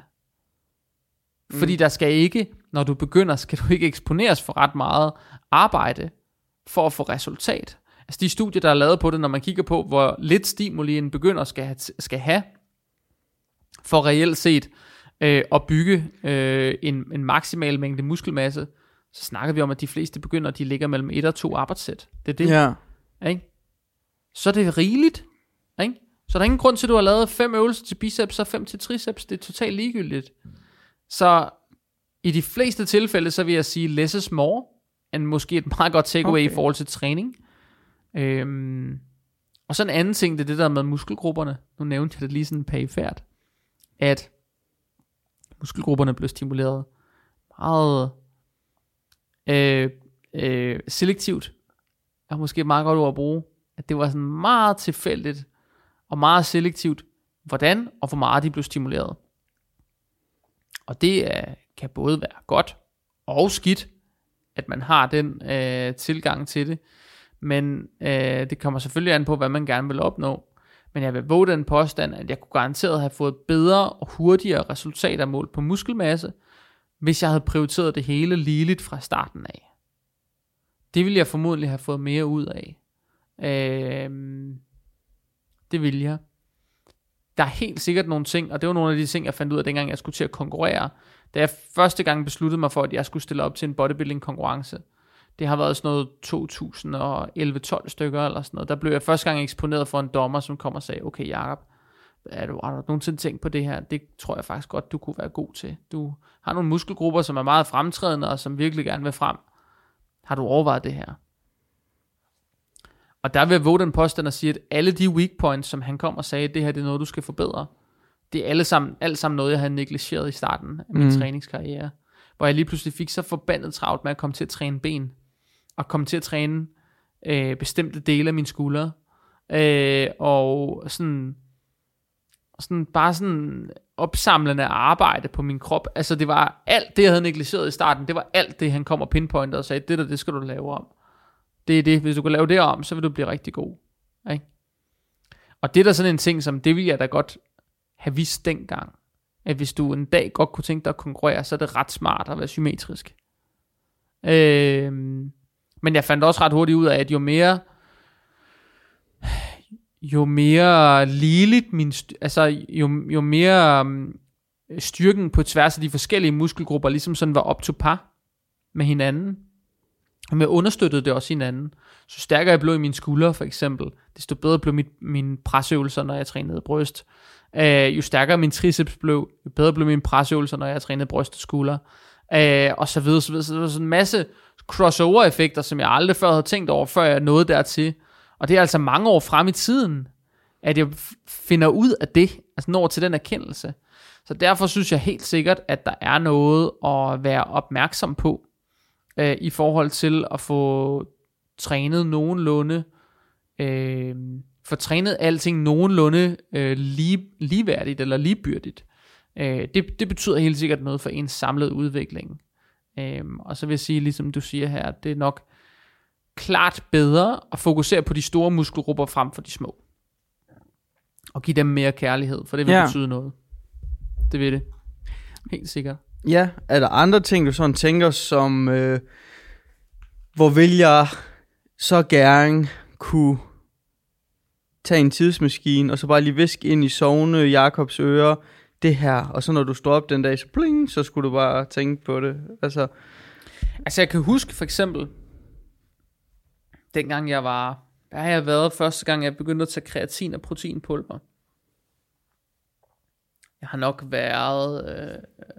Fordi mm. der skal ikke, når du begynder, skal du ikke eksponeres for ret meget arbejde for at få resultat. Altså de studier, der er lavet på det, når man kigger på, hvor lidt stimuli en begynder skal have, skal have for reelt set øh, at bygge øh, en, en maksimal mængde muskelmasse, så snakker vi om, at de fleste begynder, de ligger mellem et og to arbejdssæt. Det er det. Ja. Ikke? Så er det rigeligt. Ikke? Så der er ingen grund til, at du har lavet fem øvelser til biceps og fem til triceps. Det er totalt ligegyldigt. Så i de fleste tilfælde, så vil jeg sige less is more, end måske et meget godt takeaway okay. i forhold til træning. Øhm, og så en anden ting, det er det der med muskelgrupperne. Nu nævnte jeg det lige sådan perifært, at muskelgrupperne blev stimuleret meget øh, øh, selektivt. Er måske et meget godt ord at bruge. At det var sådan meget tilfældigt og meget selektivt, hvordan og hvor meget de blev stimuleret. Og det er, kan både være godt og skidt, at man har den øh, tilgang til det. Men øh, det kommer selvfølgelig an på, hvad man gerne vil opnå. Men jeg vil våge den påstand, at jeg kunne garanteret have fået bedre og hurtigere resultater målt på muskelmasse, hvis jeg havde prioriteret det hele ligeligt fra starten af. Det ville jeg formodentlig have fået mere ud af. Øh, det ville jeg. Der er helt sikkert nogle ting, og det var nogle af de ting, jeg fandt ud af, dengang jeg skulle til at konkurrere. Da jeg første gang besluttede mig for, at jeg skulle stille op til en bodybuilding konkurrence, det har været sådan noget to tusind og elleve tolv stykker eller sådan noget. Der blev jeg første gang eksponeret for en dommer, som kom og sagde, okay Jacob, er du, har du nogensinde tænkt på det her? Det tror jeg faktisk godt, du kunne være god til. Du har nogle muskelgrupper, som er meget fremtrædende, og som virkelig gerne vil frem. Har du overvejet det her? Og der vil jeg våge den påstand og sige, at alle de weak points, som han kom og sagde, det her det er noget, du skal forbedre. Det er alle sammen, alle sammen noget, jeg havde negligeret i starten af min mm. træningskarriere. Hvor jeg lige pludselig fik så forbandet travlt med at komme til at træne ben. Og komme til at træne øh, bestemte dele af mine skuldre. Øh, og sådan, sådan bare sådan opsamlende arbejde på min krop. Altså det var alt det, jeg havde negligeret i starten. Det var alt det, han kom og pinpointede og sagde, det der, det skal du lave om. Det er det, hvis du kan lave det om, så vil du blive rigtig god. Ikke? Og det er der sådan en ting, som det vil jeg da godt have vidst dengang. At hvis du en dag godt kunne tænke dig at konkurrere, så er det ret smart at være symmetrisk. Øh, men jeg fandt også ret hurtigt ud af, at jo mere jo mere ligeligt min, altså jo, jo mere um, styrken på tværs af de forskellige muskelgrupper ligesom sådan var op to par med hinanden, og jeg understøttede det også hinanden. Så stærkere jeg blev i mine skuldre for eksempel, desto bedre blev mit, mine presøvelser, når jeg trænede bryst. Uh, jo stærkere min triceps blev, jo bedre blev mine presøvelser, når jeg trænede bryst og skulder. Uh, og så videre, så videre. Så der var sådan en masse crossover-effekter, som jeg aldrig før havde tænkt over, før jeg nåede dertil. Og det er altså mange år frem i tiden, at jeg finder ud af det, altså når til den erkendelse. Så derfor synes jeg helt sikkert, at der er noget at være opmærksom på, øh, i forhold til at få trænet nogenlunde, øh, få trænet alting nogenlunde øh, lige, ligeværdigt eller ligebyrdigt. Øh, det, det betyder helt sikkert noget for ens samlede udvikling. Øh, og så vil jeg sige, ligesom du siger her, det er nok klart bedre at fokusere på de store muskelgrupper frem for de små. Og give dem mere kærlighed, for det vil ja. betyde noget. Det vil det. Helt sikkert. Ja, er der andre ting, du sådan tænker, som, øh, hvor vil jeg så gerne kunne tage en tidsmaskine, og så bare lige viske ind i sovne Jakobs ører, det her, og så når du står op den dag, så pling, så skulle du bare tænke på det. Altså, altså jeg kan huske for eksempel, dengang jeg var, der har jeg været første gang, jeg begyndte at tage kreatin og proteinpulver. Jeg har nok været øh,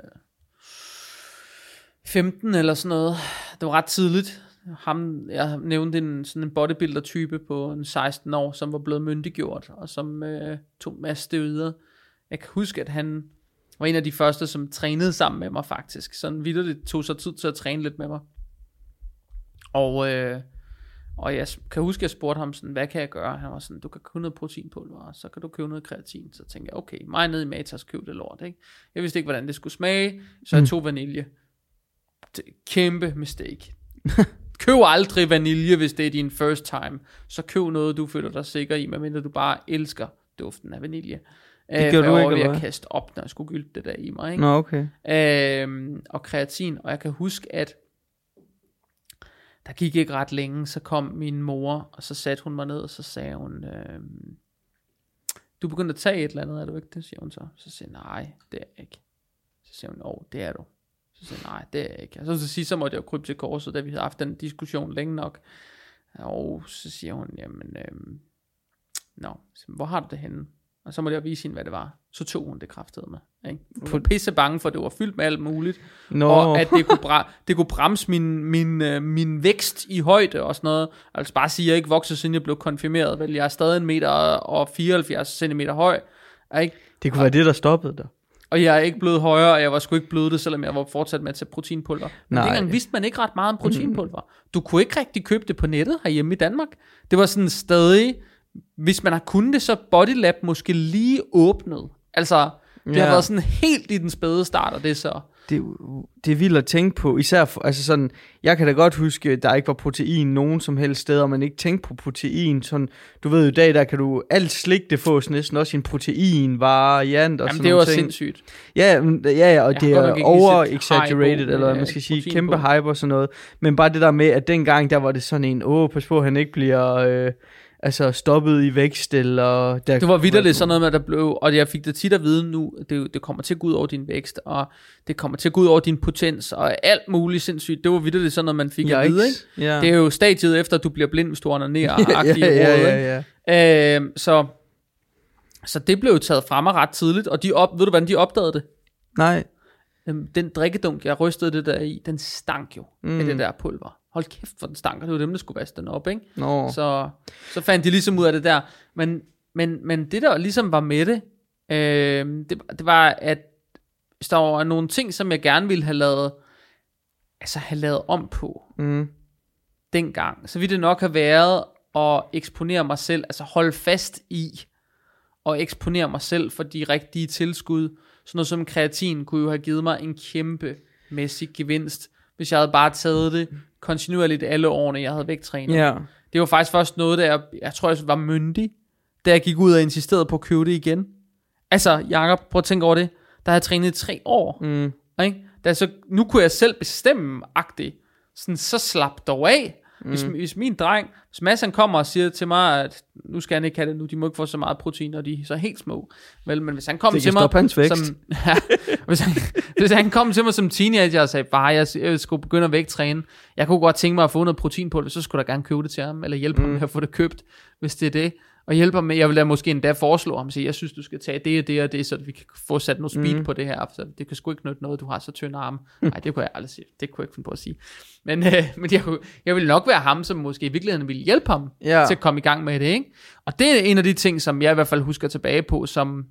femten eller sådan noget. Det var ret tidligt. Ham, jeg nævnte en, sådan en bodybuilder type på en seksten år, som var blevet myndiggjort, og som øh, tog en masse steroider. Jeg kan huske, at han var en af de første, som trænede sammen med mig faktisk. Sådan vitterligt tog sig tid til at træne lidt med mig. Og øh, Og jeg kan huske, at jeg spurgte ham sådan, hvad kan jeg gøre? Han var sådan, du kan købe noget proteinpulver, og så kan du købe noget kreatin. Så tænkte jeg, okay, mig nede i Matas, køb det lort, ikke? Jeg vidste ikke, hvordan det skulle smage, så jeg tog mm. vanilje. Kæmpe mistake. Køb aldrig vanilje, hvis det er din first time. Så køb noget, du føler dig sikker i, medmindre du bare elsker duften af vanilje. Det gjorde du ikke, eller hvad? Jeg kaste op, når jeg skulle gylde det der i mig, ikke? Nå, okay. Øhm, og kreatin, og jeg kan huske, at der gik ikke ret længe, så kom min mor, og så satte hun mig ned, og så sagde hun, øh, du begyndte at tage et eller andet, er du ikke det, siger hun så. Så siger jeg, nej, det er jeg ikke. Så siger hun, åh, det er du. Så siger jeg, nej, det er jeg ikke. Og så, så, sige, så måtte jeg jo krybe til korset, da vi havde haft den diskussion længe nok. Og så siger hun, jamen, øhm, nå, hvor har du det henne? Og så måtte jeg vise hende, hvad det var. Så tog hun det kraftedeme med. Ikke? Hun var pisse bange for, at det var fyldt med alt muligt. No. Og at det kunne, bra- det kunne bremse min, min, øh, min vækst i højde og sådan noget. Altså bare sige, at jeg ikke voksede, siden jeg blev konfirmeret. Vel, jeg er stadig en meter og fireoghalvfjerds centimeter høj. Ikke? Det kunne og, være det, der stoppede dig. Og jeg er ikke blevet højere, og jeg var sgu ikke blevet det, selvom jeg var fortsat med at tage proteinpulver. Men Nej. dengang vidste man ikke ret meget om proteinpulver. Du kunne ikke rigtig købe det på nettet herhjemme i Danmark. Det var sådan stadig, hvis man har kunnet det, så Bodylab måske lige åbnet. Altså, det ja. har været sådan helt i den spæde start, og det er så... Det, det er vildt at tænke på, især for, altså sådan, jeg kan da godt huske, at der ikke var protein nogen som helst steder, og man ikke tænkte på protein, sådan, du ved jo i dag, der kan du alt slik, det fås næsten også en proteinvariant, og Jamen, sådan det er nogle jo ting. sindssygt. Ja, ja, ja, og jeg det er over-exaggerated, eller hvad man skal sige, kæmpe på. hype og sådan noget, men bare det der med, at dengang, der var det sådan en, åh, pas på, at han ikke bliver... Øh, altså stoppet i vækst, eller... Der det var vitterligt sådan noget med, der blev... Og jeg fik det tit at vide nu, det, det kommer til at gå ud over din vækst, og det kommer til at gå ud over din potens, og alt muligt sindssygt. Det var vitterligt sådan noget, man fik Yikes. at vide, ikke? Yeah. Det er jo stadiet efter, at du bliver blind, hvis du onanerer agtigt ja, i ja, rådet, ja, ja. øh, så, så det blev jo taget frem ret tidligt, og de op, ved du hvordan de opdagede det? Nej. Den drikkedunk, jeg rystede det der i, den stank jo mm. af det der pulver. Hold kæft, for den stank, og det var dem, der skulle vaske den op, ikke? Nå. Så, så fandt de ligesom ud af det der. Men, men, men det, der ligesom var med det, øh, det, det var, at hvis der var nogle ting, som jeg gerne ville have lavet, altså have lavet om på, mm. dengang, så ville det nok have været at eksponere mig selv, altså holde fast i, og eksponere mig selv for de rigtige tilskud. Sådan noget som kreatin kunne jo have givet mig en kæmpe mæssig gevinst, hvis jeg havde bare taget det kontinuerligt alle årene, jeg havde vægttrænet. Yeah. Det var faktisk først noget, der jeg, jeg tror, jeg var myndig, da jeg gik ud og insisterede på at købe det igen. Altså, Jacob, prøv at tænke over det. Der har jeg trænet i tre år. Mm. Ikke? Da så, nu kunne jeg selv bestemme, agtigt. Sådan, så slap dog af. Mm. Hvis, hvis min dreng, hvis Mads han kommer og siger til mig, at nu skal han ikke have det nu, de må ikke få så meget protein, og de er så helt små. Vel, men hvis han kom til mig som, ja, hvis, han, hvis han kom til mig som teenager og sagde, far, jeg, jeg skulle begynde at vægttræne, jeg kunne godt tænke mig at få noget protein på det, så skulle jeg gerne købe det til ham, eller hjælpe mm. ham med at få det købt, hvis det er det. Og hjælpe ham med, jeg vil da måske endda foreslå ham, sige, jeg synes du skal tage det og det og det, så vi kan få sat noget speed mm. på det her, så det kan sgu ikke nytte noget, du har så tynde arme. Nej, det kunne jeg aldrig sige, det kunne jeg ikke finde på at sige. Men, øh, men jeg, jeg ville nok være ham, som måske i virkeligheden ville hjælpe ham ja. til at komme i gang med det, ikke? Og det er en af de ting, som jeg i hvert fald husker tilbage på, som,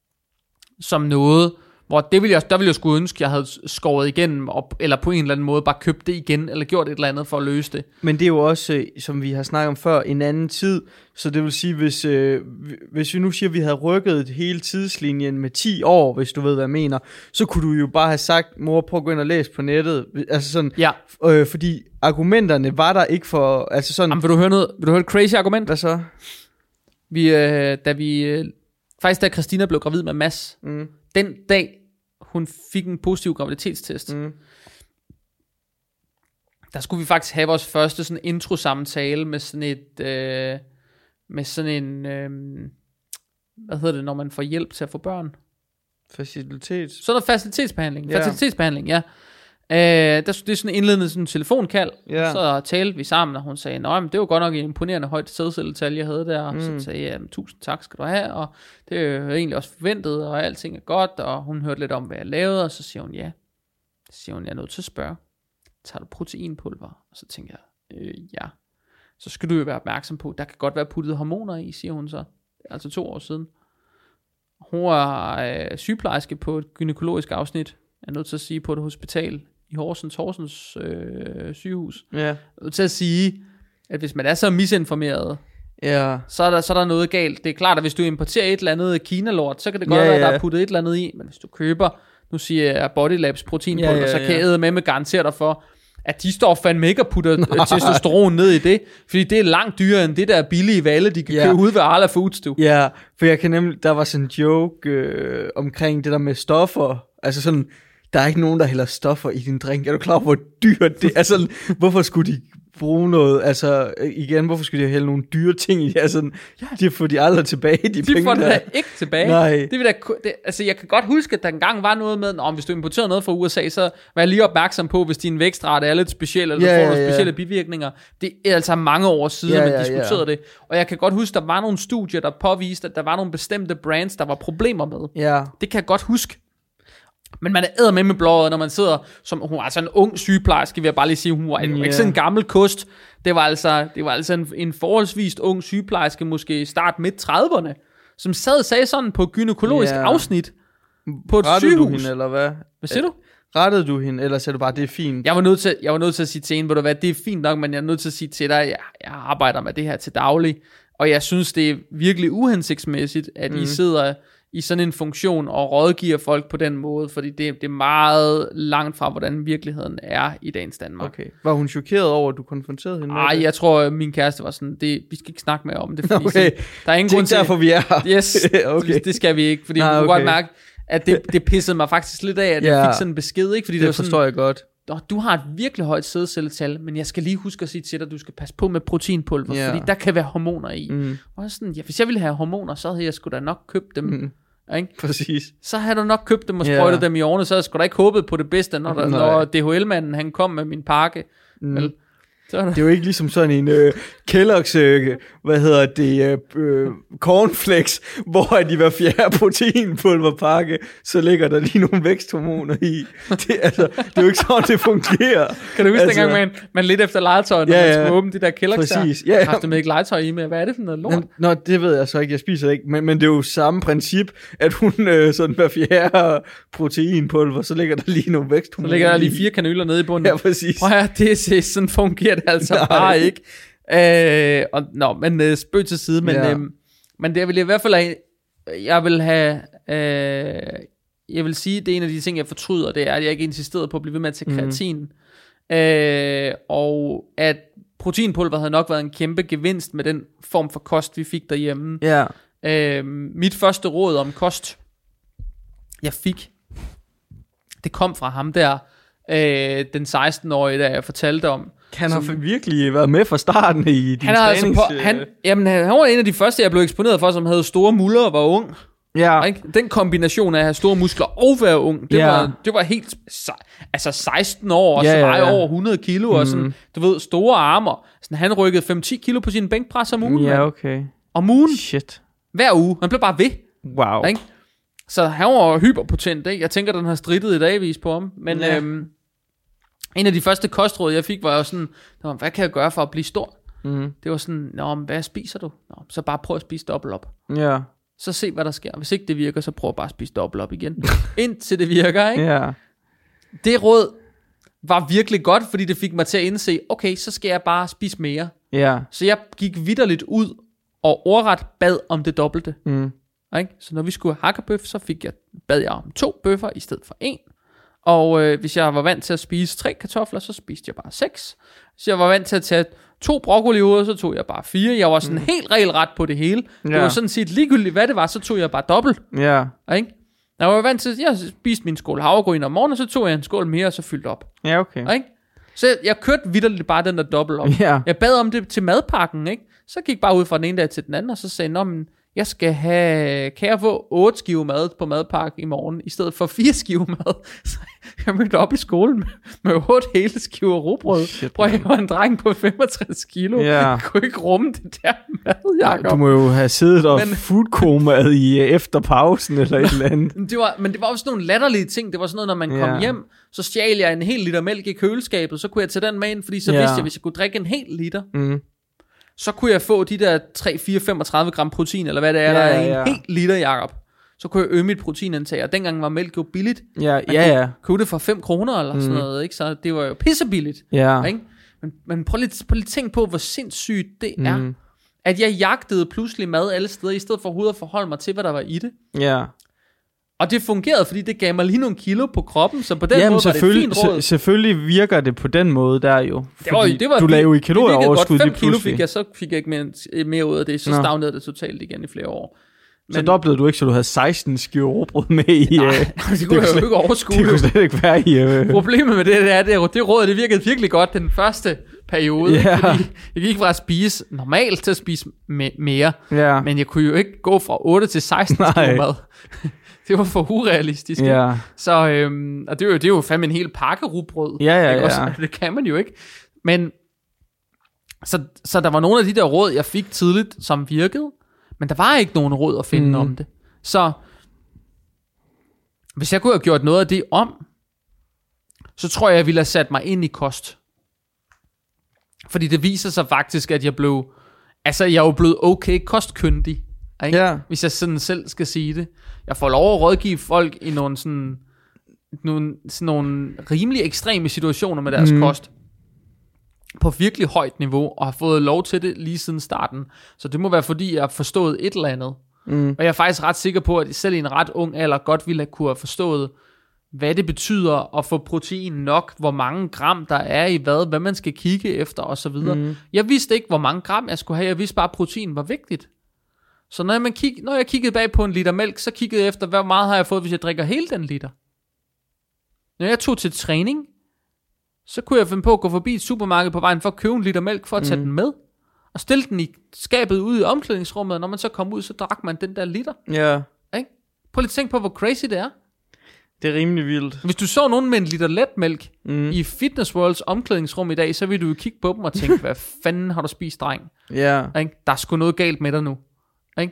som noget, hvor det ville jeg, der ville jeg sgu ønske, jeg havde skåret igennem, op, eller på en eller anden måde bare købt det igen, eller gjort et eller andet for at løse det. Men det er jo også, som vi har snakket om før, en anden tid, så det vil sige, hvis, øh, hvis vi nu siger, at vi havde rykket hele tidslinjen med ti år, hvis du ved, hvad jeg mener, så kunne du jo bare have sagt, mor, prøv at gå ind og læse på nettet, altså sådan, ja. øh, fordi argumenterne var der ikke for, altså sådan. Jamen, vil du høre noget, vil du høre et crazy argument? Hvad så? Vi, øh, da vi, øh, faktisk da Christina blev gravid med Mads, mm. den dag, hun fik en positiv graviditetstest, mm. der skulle vi faktisk have vores første sådan intro-samtale med sådan et, øh, med sådan en, øh, hvad hedder det, når man får hjælp til at få børn? Facilitet. Sådan noget facilitetsbehandling. Yeah. Facilitetsbehandling, ja. Øh, der, det er sådan en indledende sådan en telefonkald, yeah. Så talte vi sammen, og hun sagde, nej, men det var godt nok en imponerende højt sædcelletal, jeg havde der, mm. så sagde jeg, tusind tak skal du have, og det er jo egentlig også forventet, og alting er godt, og hun hørte lidt om, hvad jeg lavede, og så siger hun, ja, så siger hun, jeg er nødt til at spørge, tager du proteinpulver? Og så tænker jeg, øh, ja, så skal du jo være opmærksom på, der kan godt være puttet hormoner i, siger hun så, altså to år siden. Hun er øh, sygeplejerske på et gynækologisk afsnit, jeg er nødt til at sige, på et hospital i Horsens, Horsens øh, sygehus. Ja. Jeg er nødt til at sige, at hvis man er så misinformeret, ja. så, er der, så er der noget galt. Det er klart, at hvis du importerer et eller andet Kina-lort, så kan det godt ja, være, at ja. der er puttet et eller andet i. Men hvis du køber, nu siger jeg Bodylabs proteinpulver, ja, ja, ja. så kan jeg æde med med garantere dig for, at de står fandme ikke og putter testosteron ned i det, fordi det er langt dyrere end det der billige valge, de kan ja. købe ud ved Arla Foods, du. Ja, for jeg kan nemlig, der var sådan en joke øh, omkring det der med stoffer, altså sådan, der er ikke nogen, der hælder stoffer i din drink. Er du klar over, hvor dyrt det er? Altså, hvorfor skulle de bruge noget, altså igen, hvorfor skulle de hælde nogle dyre ting i? Altså, ja. De får de aldrig tilbage, de, de penge får det der. da ikke tilbage. Nej. Det vil da, det, altså jeg kan godt huske, at der engang var noget med, om hvis du importerer noget fra U S A, så var jeg lige opmærksom på, hvis din vækstrate er lidt speciel, eller ja, du får nogle ja, ja. specielle bivirkninger. Det er altså mange år siden, ja, man ja, diskuterede ja. det. Og jeg kan godt huske, der var nogle studier, der påviste, at der var nogle bestemte brands, der var problemer med. Ja. Det kan jeg godt huske. Men man er æder med med blåret, når man sidder som, hun var altså en ung sygeplejerske, vil jeg bare lige sige, hun var yeah. ikke sådan en gammel kost. Det var altså, det var altså en, en forholdsvist ung sygeplejerske, måske start midt trediverne, som sad og sagde sådan på gynækologisk yeah. afsnit på et Rettede sygehus. Du hende, eller hvad? Hvad siger du? Rettede du hende, eller sagde du bare, det er fint? Jeg var nødt til, jeg var nødt til at sige til hende, ved du hvad, det er fint nok, men jeg er nødt til at sige til dig, jeg, jeg arbejder med det her til daglig, og jeg synes, det er virkelig uhensigtsmæssigt, at mm. I sidder i sådan en funktion og rådgiver folk på den måde, fordi det, det er meget langt fra, hvordan virkeligheden er i dagens Danmark. Okay. Var hun chokeret over, at du konfronterede hende? Nej, jeg tror, min kæreste var sådan, det, vi skal ikke snakke mere om det, fordi okay. sådan, der er ingen grund til... Det er derfor, vi er her. Yes, okay. Det skal vi ikke, fordi Nej, okay. du kan godt mærke, at det, det pissede mig faktisk lidt af, at jeg ja, fik sådan en besked, ikke? Fordi det, det var sådan, forstår jeg godt. Du har et virkelig højt sædcelletal, men jeg skal lige huske at sige til dig, at du skal passe på med proteinpulver, yeah. fordi der kan være hormoner i. Mm. Og sådan, ja, hvis jeg ville have hormoner, så havde jeg sgu da nok købt dem. Mm. Ikke? Præcis. Så havde du nok købt dem og sprøjtet yeah. dem i årene, så havde jeg sgu da ikke håbet på det bedste, når, der, når D H L-manden han kom med min pakke. Mm. Vel? Det er jo ikke ligesom sådan en øh, Kellogg's, øh, hvad hedder det, øh, cornflakes, hvor de hver fjerde proteinpulverpakke, så ligger der lige nogle væksthormoner i. Det, altså, det er jo ikke sådan, det fungerer. Kan du huske altså, dengang, man, man lidt efter legetøj, når ja, man skulle åbne de der Kellogg's præcis. der? Ja, ja. Har du med ikke legetøj i med? Hvad er det for noget lort? Nå, det ved jeg så ikke, jeg spiser det ikke, men, men det er jo samme princip, at hun øh, sådan hver fjerde proteinpulver, så ligger der lige nogle væksthormoner. Så ligger der lige fire kanyler nede i bunden. Ja, præcis. Prøv at det er sådan fungerer det altså Nej. bare ikke. Øh, og, nå, men øh, spøg til side, men, ja. øh, men det vil jeg i hvert fald have, jeg vil have, øh, jeg vil sige, det er en af de ting, jeg fortryder, det er, at jeg ikke insisterede på at blive ved med at tage kreatin. Mm. Øh, og at proteinpulver havde nok været en kæmpe gevinst med den form for kost, vi fik derhjemme. Ja. Øh, mit første råd om kost, jeg fik, det kom fra ham der, øh, den seksten-årige, der jeg fortalte om. Han har som, virkelig været med fra starten i din han trænings... Altså på, han, jamen, han var en af de første, jeg blev eksponeret for, som havde store muller og var ung. Ja. Ikke? Den kombination af at have store muskler og være ung, det, ja. var, det var helt... Altså seksten år, og ja, så ja, veje ja. over hundrede kilo, mm. og sådan, du ved, store armer. Sådan, han rykkede fem til ti kilo på sin bænkpres om ugen. Ja, okay. Om ugen. Shit. Hver uge. Han blev bare ved. Wow. Ikke? Så han var hyperpotent, ikke? Jeg tænker, den har strittet i dagvis på ham. Men ja. øhm, en af de første kostråd, jeg fik, var jo sådan, hvad kan jeg gøre for at blive stor? Mm. Det var sådan, nå, hvad spiser du? Nå, så bare prøv at spise dobbelt op. Ja. Så se, hvad der sker. Hvis ikke det virker, så prøv bare at spise dobbelt op igen. Indtil det virker, ikke? Ja. Det råd var virkelig godt, fordi det fik mig til at indse, okay, så skal jeg bare spise mere. Ja. Så jeg gik vitterligt ud og ordret bad om det dobbelte. Mm. Ikke? Så når vi skulle have hakkebøf, så fik jeg, bad jeg om to bøffer i stedet for en. Og øh, hvis jeg var vant til at spise tre kartofler, så spiste jeg bare seks. Hvis jeg var vant til at tage to broccolihoveder, så tog jeg bare fire. Jeg var sådan mm. helt regelret på det hele. Ja. Det var sådan set ligegyldigt, hvad det var, så tog jeg bare dobbelt. Ja. Ikke? Jeg var vant til, jeg spiste min skål havregryn om morgenen, så tog jeg en skål mere, og så fyldte op. Ja, okay. Ikke? Så jeg, jeg kørte vitterligt bare den der dobbelt op. Ja. Jeg bad om det til madpakken, ikke? Så gik bare ud fra den ene dag til den anden, og så sagde jeg, men jeg skal have, kan jeg få otte skiver mad på madpakke i morgen, i stedet for fire skiver mad. Så jeg mødte op i skolen med, med otte hele skiver rugbrød. Prøv, jeg var en dreng på femogtres kilo. Yeah. Jeg kunne ikke rumme det der mad, Jacob. Du må jo have siddet og foodcomaet i efter pausen eller et eller andet. det var, men det var også nogle latterlige ting. Det var sådan noget, når man yeah. kom hjem, så stjal jeg en hel liter mælk i køleskabet, så kunne jeg tage den med ind, fordi så yeah. vidste jeg, hvis jeg kunne drikke en hel liter, mm. så kunne jeg få de der tre, fire, femogtredive gram protein, eller hvad det er, ja, der er ja, ja. en hel liter, Jacob. Så kunne jeg øge mit proteinindtag, og dengang var mælk jo billigt. Ja, man ja, ja. kunne købe det for fem kroner, eller mm. sådan noget, ikke? Så det var jo pissebilligt. Ja. Ikke? Men, men prøv lige, prøv lige at tænke på, hvor sindssygt det mm. er, at jeg jagtede pludselig mad alle steder, i stedet for overhovedet at forholde mig til, hvad der var i det. Ja. Og det fungerede, fordi det gav mig lige nogle kilo på kroppen, så på den Jamen, måde var det et fint råd. S- selvfølgelig virker det på den måde der jo. Det var, det var, du lavede jo i kalorieoverskud lige pludselig. fem kilo fik jeg, så fik jeg ikke mere, mere ud af det, så stagnerede det totalt igen i flere år. Men, så doblede du ikke, så du havde seksten skiver råbrød med i... Nej, det kunne det jeg jo ikke overskue. Det kunne slet ikke være i... Uh... Problemet med det, det er, det, det råd, det virkede virkelig godt den første periode, Yeah. fordi jeg gik fra at spise normalt til at spise me- mere, Ja. men jeg kunne jo ikke gå fra otte til seksten skiver mad. Det var for urealistisk. Ja. Så, øhm, og det er, jo, det er jo fandme en hel pakke rugbrød. Ja, ja, ikke ja. også? Det kan man jo ikke. Men, så, så der var nogle af de der råd, jeg fik tidligt, som virkede, men der var ikke nogen råd at finde mm. om det. Så, hvis jeg kunne have gjort noget af det om, så tror jeg, jeg ville have sat mig ind i kost. Fordi det viser sig faktisk, at jeg blev, altså jeg er jo blevet okay kostkyndig. Ikke? Ja. Hvis jeg sådan selv skal sige det. Jeg får lov at rådgive folk i nogle sådan nogle, sådan nogle rimelig ekstreme situationer med deres mm. kost. På virkelig højt niveau, og har fået lov til det lige siden starten. Så det må være fordi, jeg har forstået et eller andet. Mm. Og jeg er faktisk ret sikker på, at selv i en ret ung alder godt ville have kunne have forstået, hvad det betyder at få protein nok, hvor mange gram der er i hvad, hvad man skal kigge efter osv. Mm. Jeg vidste ikke, hvor mange gram jeg skulle have. Jeg vidste bare, at protein var vigtigt. Så når, man kig, når jeg kiggede bag på en liter mælk, så kiggede jeg efter, hvor meget har jeg fået, hvis jeg drikker hele den liter. Når jeg tog til træning, så kunne jeg finde på at gå forbi et supermarked på vejen for at købe en liter mælk, for at tage mm. den med. Og stille den i skabet ude i omklædningsrummet, og når man så kom ud, så drak man den der liter. Ja. Ikke? Prøv lige at tænke på, hvor crazy det er. Det er rimelig vildt. Hvis du så nogen med en liter letmælk mm. i Fitness Worlds omklædningsrum i dag, så vil du jo kigge på dem og tænke, hvad fanden har du spist, dreng? Ja. Ikke? Der er sgu noget galt med dig nu. Ikke?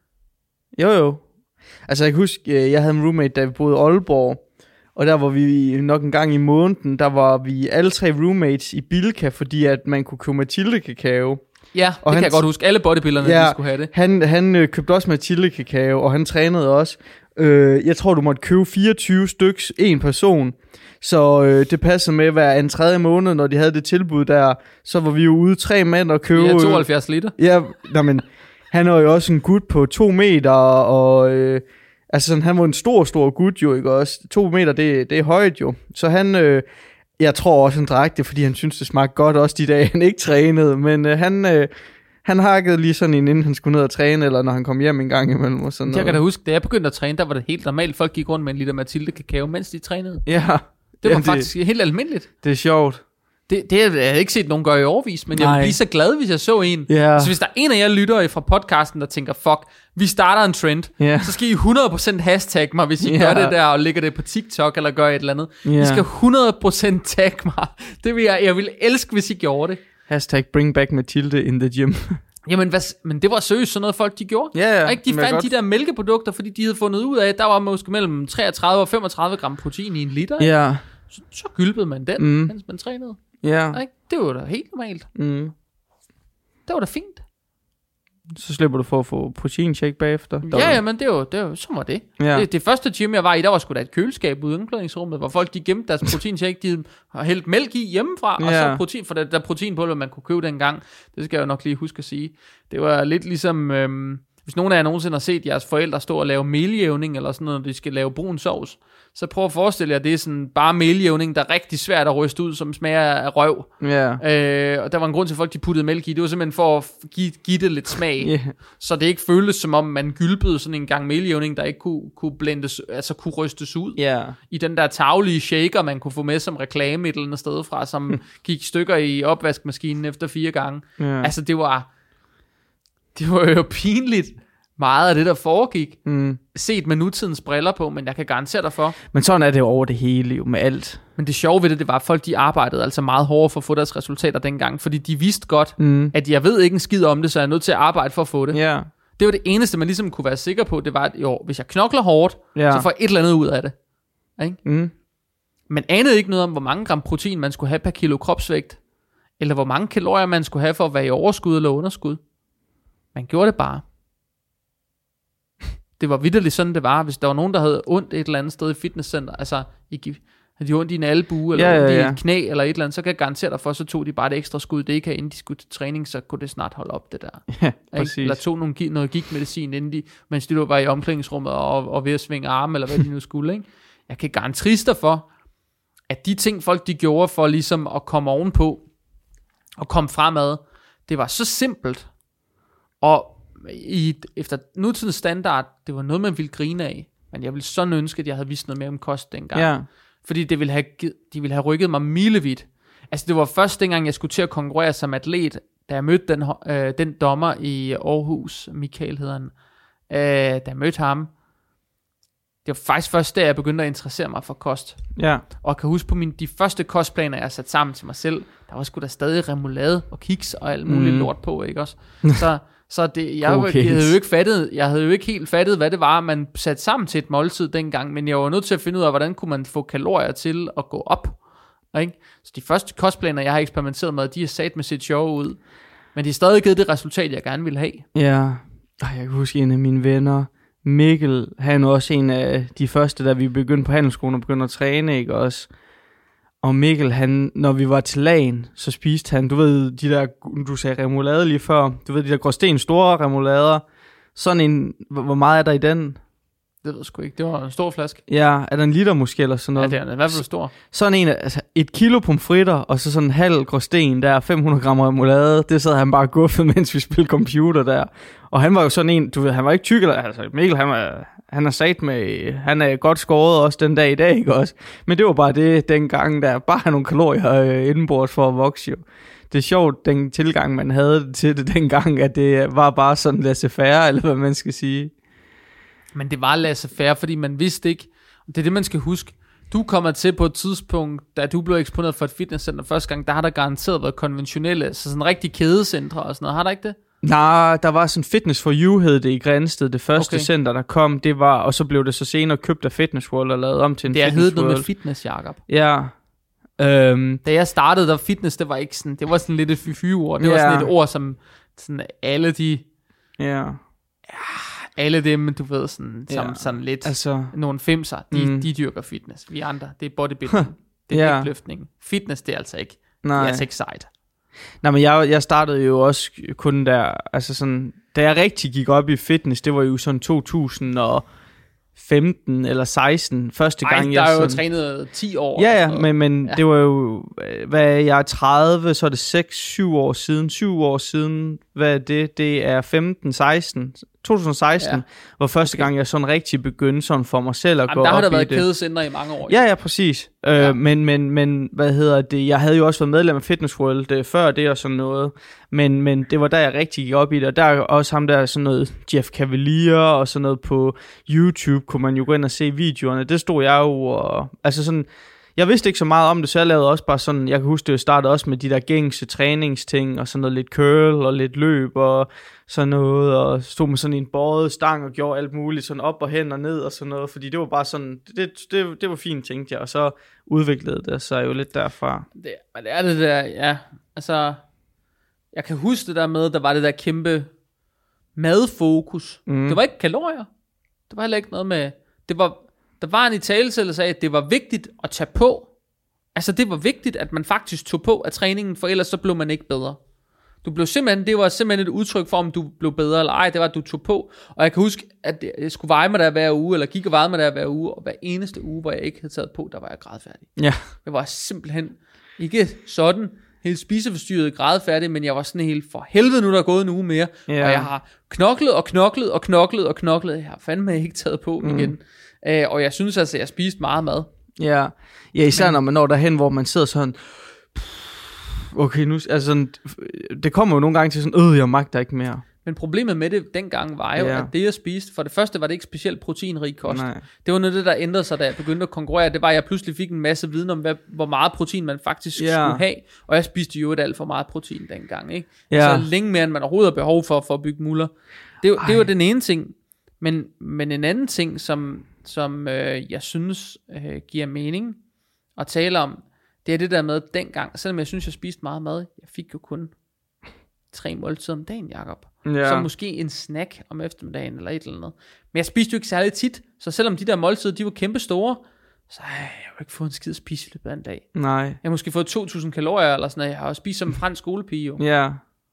Jo jo. Altså jeg kan huske, jeg havde en roommate, da vi boede i Aalborg, og der var vi nok en gang i måneden, der var vi alle tre roommates i Bilka, fordi at man kunne købe Mathilde kakao. Ja, og det han, kan jeg godt huske. Alle bodybuilderne, ja, de skulle have det. Han, han øh, købte også Mathilde kakao, og han trænede også. Øh, jeg tror, du måtte købe fireogtyve styks, en person. Så øh, det passede med hver en tredje måned, når de havde det tilbud der. Så var vi jo ude tre mænd og købe... Ja, tooghalvfjerds liter. Ja, nej, men han er jo også en gut på to meter, og... Øh, altså sådan, han var en stor, stor gut jo, ikke også? To meter, det, det er højt jo. Så han... Øh, jeg tror også, han drak det, fordi han synes det smagte godt også de dage, han ikke trænede. Men øh, han... Øh, Han hakkede lige sådan en, inden han skulle ned og træne, eller når han kom hjem en gang imellem. Og sådan jeg noget. kan da huske, da jeg begyndte at træne, der var det helt normalt. Folk gik rundt med en liter Mathilde kakao, mens de trænede. Ja. Det var ja, faktisk det, helt almindeligt. Det er sjovt. Det, det har jeg ikke set nogen gøre i årevis, men Nej. Jeg ville blive så glad, hvis jeg så en. Yeah. Så hvis der er en af jer lyttere fra podcasten, der tænker, fuck, vi starter en trend, yeah. så skal I hundrede procent hashtag mig, hvis I yeah. gør det der, og lægger det på TikTok, eller gør et eller andet. Yeah. I skal hundrede procent tag mig. Det vil jeg, jeg ville elske, hvis I gjorde det. Hashtag bring back Mathilde in the gym. Jamen, hvad, men det var seriøst sådan noget, folk de gjorde. Ja, ja. Ikke? De fandt de der mælkeprodukter, fordi de havde fundet ud af, at der var måske mellem treogtredive og femogtredive gram protein i en liter. Ja. Så, så gylpede man den, mm. mens man trænede. Ja. Ikke? Det var da helt normalt. Mm. Det var da fint. Så slipper du for at få proteinshake bagefter. Ja, ja, men det var, det var, så var det. Ja. det. Det første gym, jeg var i, der var sgu da et køleskab ude i omklædningsrummet, hvor folk de gemte deres proteinshake, de har hældt mælk i hjemmefra, ja. Og så protein, for der, der proteinpulver, man kunne købe dengang. Det skal jeg jo nok lige huske at sige. Det var lidt ligesom, øhm, hvis nogen af jer nogensinde har set jeres forældre stå og lave meljævning, eller sådan noget, når de skal lave brun sovs, så prøv at forestille jer, det er sådan bare meljævning, der er rigtig svært at ryste ud, som smager af røv. Ja. Øh, og der var en grund til, at folk de puttede mælk i. Det var simpelthen for at give, give det lidt smag. Yeah. Så det ikke føltes som om, man gylpede sådan en gang meljævning, der ikke kunne, kunne blendes, altså kunne rystes ud. Yeah. I den der taglige shaker, man kunne få med som reklame et eller andet sted fra, som mm. gik stykker i opvaskemaskinen efter fire gange. Yeah. Altså det var, det var jo pinligt. Meget af det, der foregik, mm. set med nutidens briller på, men jeg kan garantere dig for. Men sådan er det jo over det hele, jo, med alt. Men det sjove ved det, det var, at folk de arbejdede altså meget hårdere for at få deres resultater dengang, fordi de vidste godt, mm. at jeg ved ikke en skid om det, så jeg er nødt til at arbejde for at få det. Yeah. Det var det eneste, man ligesom kunne være sikker på, det var, at jo, hvis jeg knokler hårdt, yeah. så får jeg et eller andet ud af det. Ikke? Mm. Man anede ikke noget om, hvor mange gram protein man skulle have per kilo kropsvægt, eller hvor mange kalorier man skulle have for at være i overskud eller underskud. Man gjorde det bare. Det var vitterligt sådan, det var. Hvis der var nogen, der havde ondt et eller andet sted i fitnesscenter, altså ikke, havde de ondt i en albue, eller ja, ondt ja, ja. i et knæ, eller et eller andet, så kan jeg garantere dig for, så tog de bare et ekstra skud. Det ikke inden de skulle til træning, så kunne det snart holde op, det der. Ja, præcis. Eller tog nogle, noget gigtmedicin, inden de, mens de var i omklædningsrummet og, og ved at svinge arme, eller hvad de nu skulle. Ikke? Jeg kan garantere dig for, at de ting, folk de gjorde for ligesom at komme ovenpå, og komme fremad, det var så simpelt, og i, efter nutidens standard, det var noget, man ville grine af. Men jeg ville sådan ønske, at jeg havde vidst noget mere om kost dengang. Ja. Fordi det ville have, de ville have rykket mig milevidt. Altså det var først dengang, jeg skulle til at konkurrere som atlet, da jeg mødte den, øh, den dommer i Aarhus, Michael hedder han, øh, da jeg mødte ham. Det var faktisk først der, jeg begyndte at interessere mig for kost. Ja. Og jeg kan huske på mine, de første kostplaner, jeg satte sammen til mig selv, der var sgu da stadig remoulade og kiks og alt muligt mm. lort på, ikke også? Så, så det, jeg, okay. jeg, havde jo ikke fattet, jeg havde jo ikke helt fattet, hvad det var, man satte sammen til et måltid dengang, men jeg var nødt til at finde ud af, hvordan kunne man få kalorier til at gå op. Ikke? Så de første kostplaner, jeg har eksperimenteret med, de har sat med sit sjove ud. Men de har stadig givet det resultat, jeg gerne ville have. Ja, Ej, jeg kan huske en af mine venner, Mikkel, han er også en af de første, da vi begyndte på handelsskolen og begyndte at træne, ikke også? Og Mikkel, han, når vi var til lagen, så spiste han, du ved, de der, du sagde remoulade lige før, du ved, de der Gråsten store remoulader, sådan en, hvor meget er der i den? Det ved jeg sgu ikke, det var en stor flaske. Ja, er der en liter måske, eller sådan noget? Ja, det er i hvert fald stor. Sådan en, altså et kilo pomfritter, og så sådan en halv Gråsten der, fem hundrede gram remoulade, det sad han bare guffet, mens vi spillede computer der. Og han var jo sådan en, du ved, han var ikke tyk, eller, altså Mikkel, han var, han er sat med, han er godt skåret også den dag i dag, ikke også? Men det var bare det, dengang der, bare have nogle kalorier øh, indenbords for at vokse jo. Det er sjovt, den tilgang, man havde til det dengang, at det var bare sådan laissez-faire, eller hvad man skal sige. Men det var laissez-faire, fordi man vidste ikke, det er det, man skal huske. Du kommer til på et tidspunkt, da du blev eksponeret for et fitnesscenter første gang, der har der garanteret været konventionelle, så sådan rigtig kædecentre og sådan noget. Har der ikke det? Nej, der var sådan Fitness for You, hed det i Grænsted. Det første okay. center, der kom, det var, og så blev det så senere købt af Fitness World og lavet om til en det Fitness World. Det hed noget med fitness, Jacob. Ja. Um, da jeg startede, der fitness, det var ikke sådan, det var sådan lidt et fy-fy-ord. Det yeah. var sådan et ord, som sådan alle de... Ja. Yeah. Alle dem, du ved, sådan, som, yeah. sådan lidt, altså, nogle femser, de, mm. de dyrker fitness. Vi andre, det er bodybuilding, det er yeah. løftning. Fitness, det er altså ikke, Nej. det er altså ikke sejt. Nej, men jeg, jeg startede jo også kun der, altså sådan, da jeg rigtig gik op i fitness, det var jo sådan to tusind og femten eller seksten, første gang. Ej, jeg der er jo sådan, trænet ti år. Ja, ja, men, men ja. det var jo, hvad jeg er tredive, så er det seks syv år siden, syv år siden, hvad er det? Det er femten seksten to tusind og seksten, ja. Hvor første okay. gang jeg sådan rigtig begyndte sådan for mig selv at Jamen, gå op i det. Der har der været kædecenter i mange år. Ja, ja, præcis. Ja. Øh, men, men, men, hvad hedder det, jeg havde jo også været medlem af Fitness World øh, før det og sådan noget, men, men det var der jeg rigtig gik op i det, og der er også ham der sådan noget Jeff Cavalier og sådan noget på YouTube, kunne man jo gå ind og se videoerne, det stod jeg jo, og altså sådan, jeg vidste ikke så meget om det, så jeg lavede også bare sådan, jeg kan huske, det jeg startede også med de der gængse træningsting, og sådan noget lidt curl, og lidt løb, og sådan noget, og stod med sådan en båret stang, og gjorde alt muligt, sådan op og hen og ned, og sådan noget, fordi det var bare sådan, det, det, det var fint, tænkte jeg, og så udviklede det sig jo lidt derfra. Det, men det er det der, ja, altså, jeg kan huske det der med, der var det der kæmpe madfokus, mm. det var ikke kalorier, det var heller ikke noget med, det var, der var en italesættelse, der sagde, at det var vigtigt at tage på. Altså det var vigtigt, at man faktisk tog på af træningen, for ellers så blev man ikke bedre. Du blev simpelthen, det var simpelthen et udtryk for, om du blev bedre eller ej. Det var, at du tog på. Og jeg kan huske, at jeg skulle veje mig der hver uge, eller gik og veje mig der hver uge, og hver eneste uge, hvor jeg ikke havde taget på, der var jeg grædfærdig. Ja. Jeg var simpelthen ikke sådan helt spiseforstyrret grædfærdig, men jeg var sådan helt, for helvede nu, der er gået en uge mere. Ja. Og jeg har knoklet og knoklet og knoklet og knoklet. Jeg har fandme ikke taget på mm. igen. Uh, og jeg synes altså, at jeg spiste meget mad. Ja, ja især men, når man når derhen, hvor man sidder sådan, okay, nu, altså sådan, det kommer jo nogle gange til sådan, øh, jeg magter ikke mere. Men problemet med det dengang var jo, ja. at det jeg spiste, for det første var det ikke specielt proteinrig kost. Nej. Det var noget af det, der ændrede sig, da jeg begyndte at konkurrere. Det var, at jeg pludselig fik en masse viden om, hvad, hvor meget protein man faktisk ja. skulle have. Og jeg spiste jo et alt for meget protein dengang, ikke? Ja. Så længe mere, end man overhovedet har behov for, for at bygge muller. Det, det var den ene ting. Men, men en anden ting, som, som øh, jeg synes øh, giver mening at tale om, det er det der med dengang, selvom jeg synes, jeg spiste meget mad, jeg fik jo kun tre måltider om dagen, Jacob. Ja. Så måske en snack om eftermiddagen eller et eller andet. Men jeg spiste jo ikke særlig tit, så selvom de der måltider, de var kæmpe store, så har jeg jo ikke fået en skid at spise i løbet af en dag. Nej. Jeg har måske fået to tusind kalorier eller sådan noget. Jeg har jo spist som en fransk skolepige jo. Ja.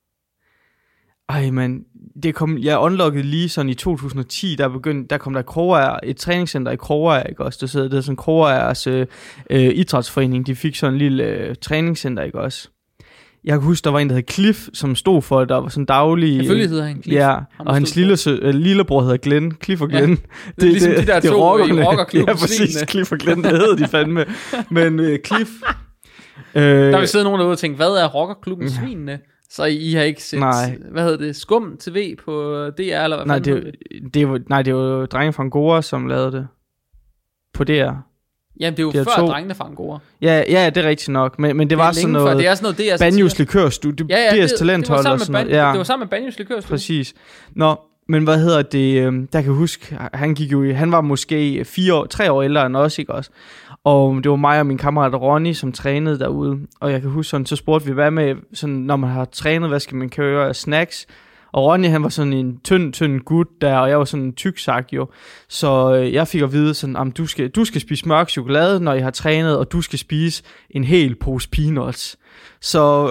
Ej, man, det kom, jeg unlockede lige sådan i to tusind og ti, der begyndte, der kom der Kroager, et træningscenter i Kroager, ikke også? Der sidder det er sådan Kroagers øh, øh, idrætsforening, de fik sådan en lille øh, træningscenter, ikke også? Jeg kan huske, der var en, der hed Cliff, som stod for, der var sådan daglig... Selvfølgelig hedder han Cliff. Ja, og hans lille, øh, lillebror hedder Glenn, Cliff og Glenn. Ja, det er ligesom det, de der det, to i rockerklubben. Ja, præcis, Cliff og Glenn, det hedder de fandme. Men øh, Cliff... Øh, der vil sidde nogen derude og tænke, hvad er rockerklubben Svinene? Så I har ikke set, nej. hvad hedder det, Skum T V på D R, eller hvad nej, fanden det, det? Det var, nej, det var drenge fra Angora, som lavede det på D R. Jamen, det er jo det før to... drengene fra Angora. Ja, ja, det er rigtigt nok, men, men det, det var sådan noget, det er sådan noget D R's Banjos Likørstudie, ja, ja, D R's talenthold og sådan noget. Ja. Det var sammen med Banjos Likørstudie. Præcis. Nå, men hvad hedder det, der kan jeg huske, han gik jo, han var måske fire år, tre år ældre end os, ikke også? Og det var mig og min kammerat Ronny, som trænede derude. Og jeg kan huske sådan, så spurgte vi, hvad med, sådan, når man har trænet, hvad skal man køre af snacks? Og Ronny, han var sådan en tynd, tynd gut der, og jeg var sådan en tyksak jo. Så øh, jeg fik at vide sådan, om du skal, du skal spise mørk chokolade, når I har trænet, og du skal spise en hel pose peanuts. Så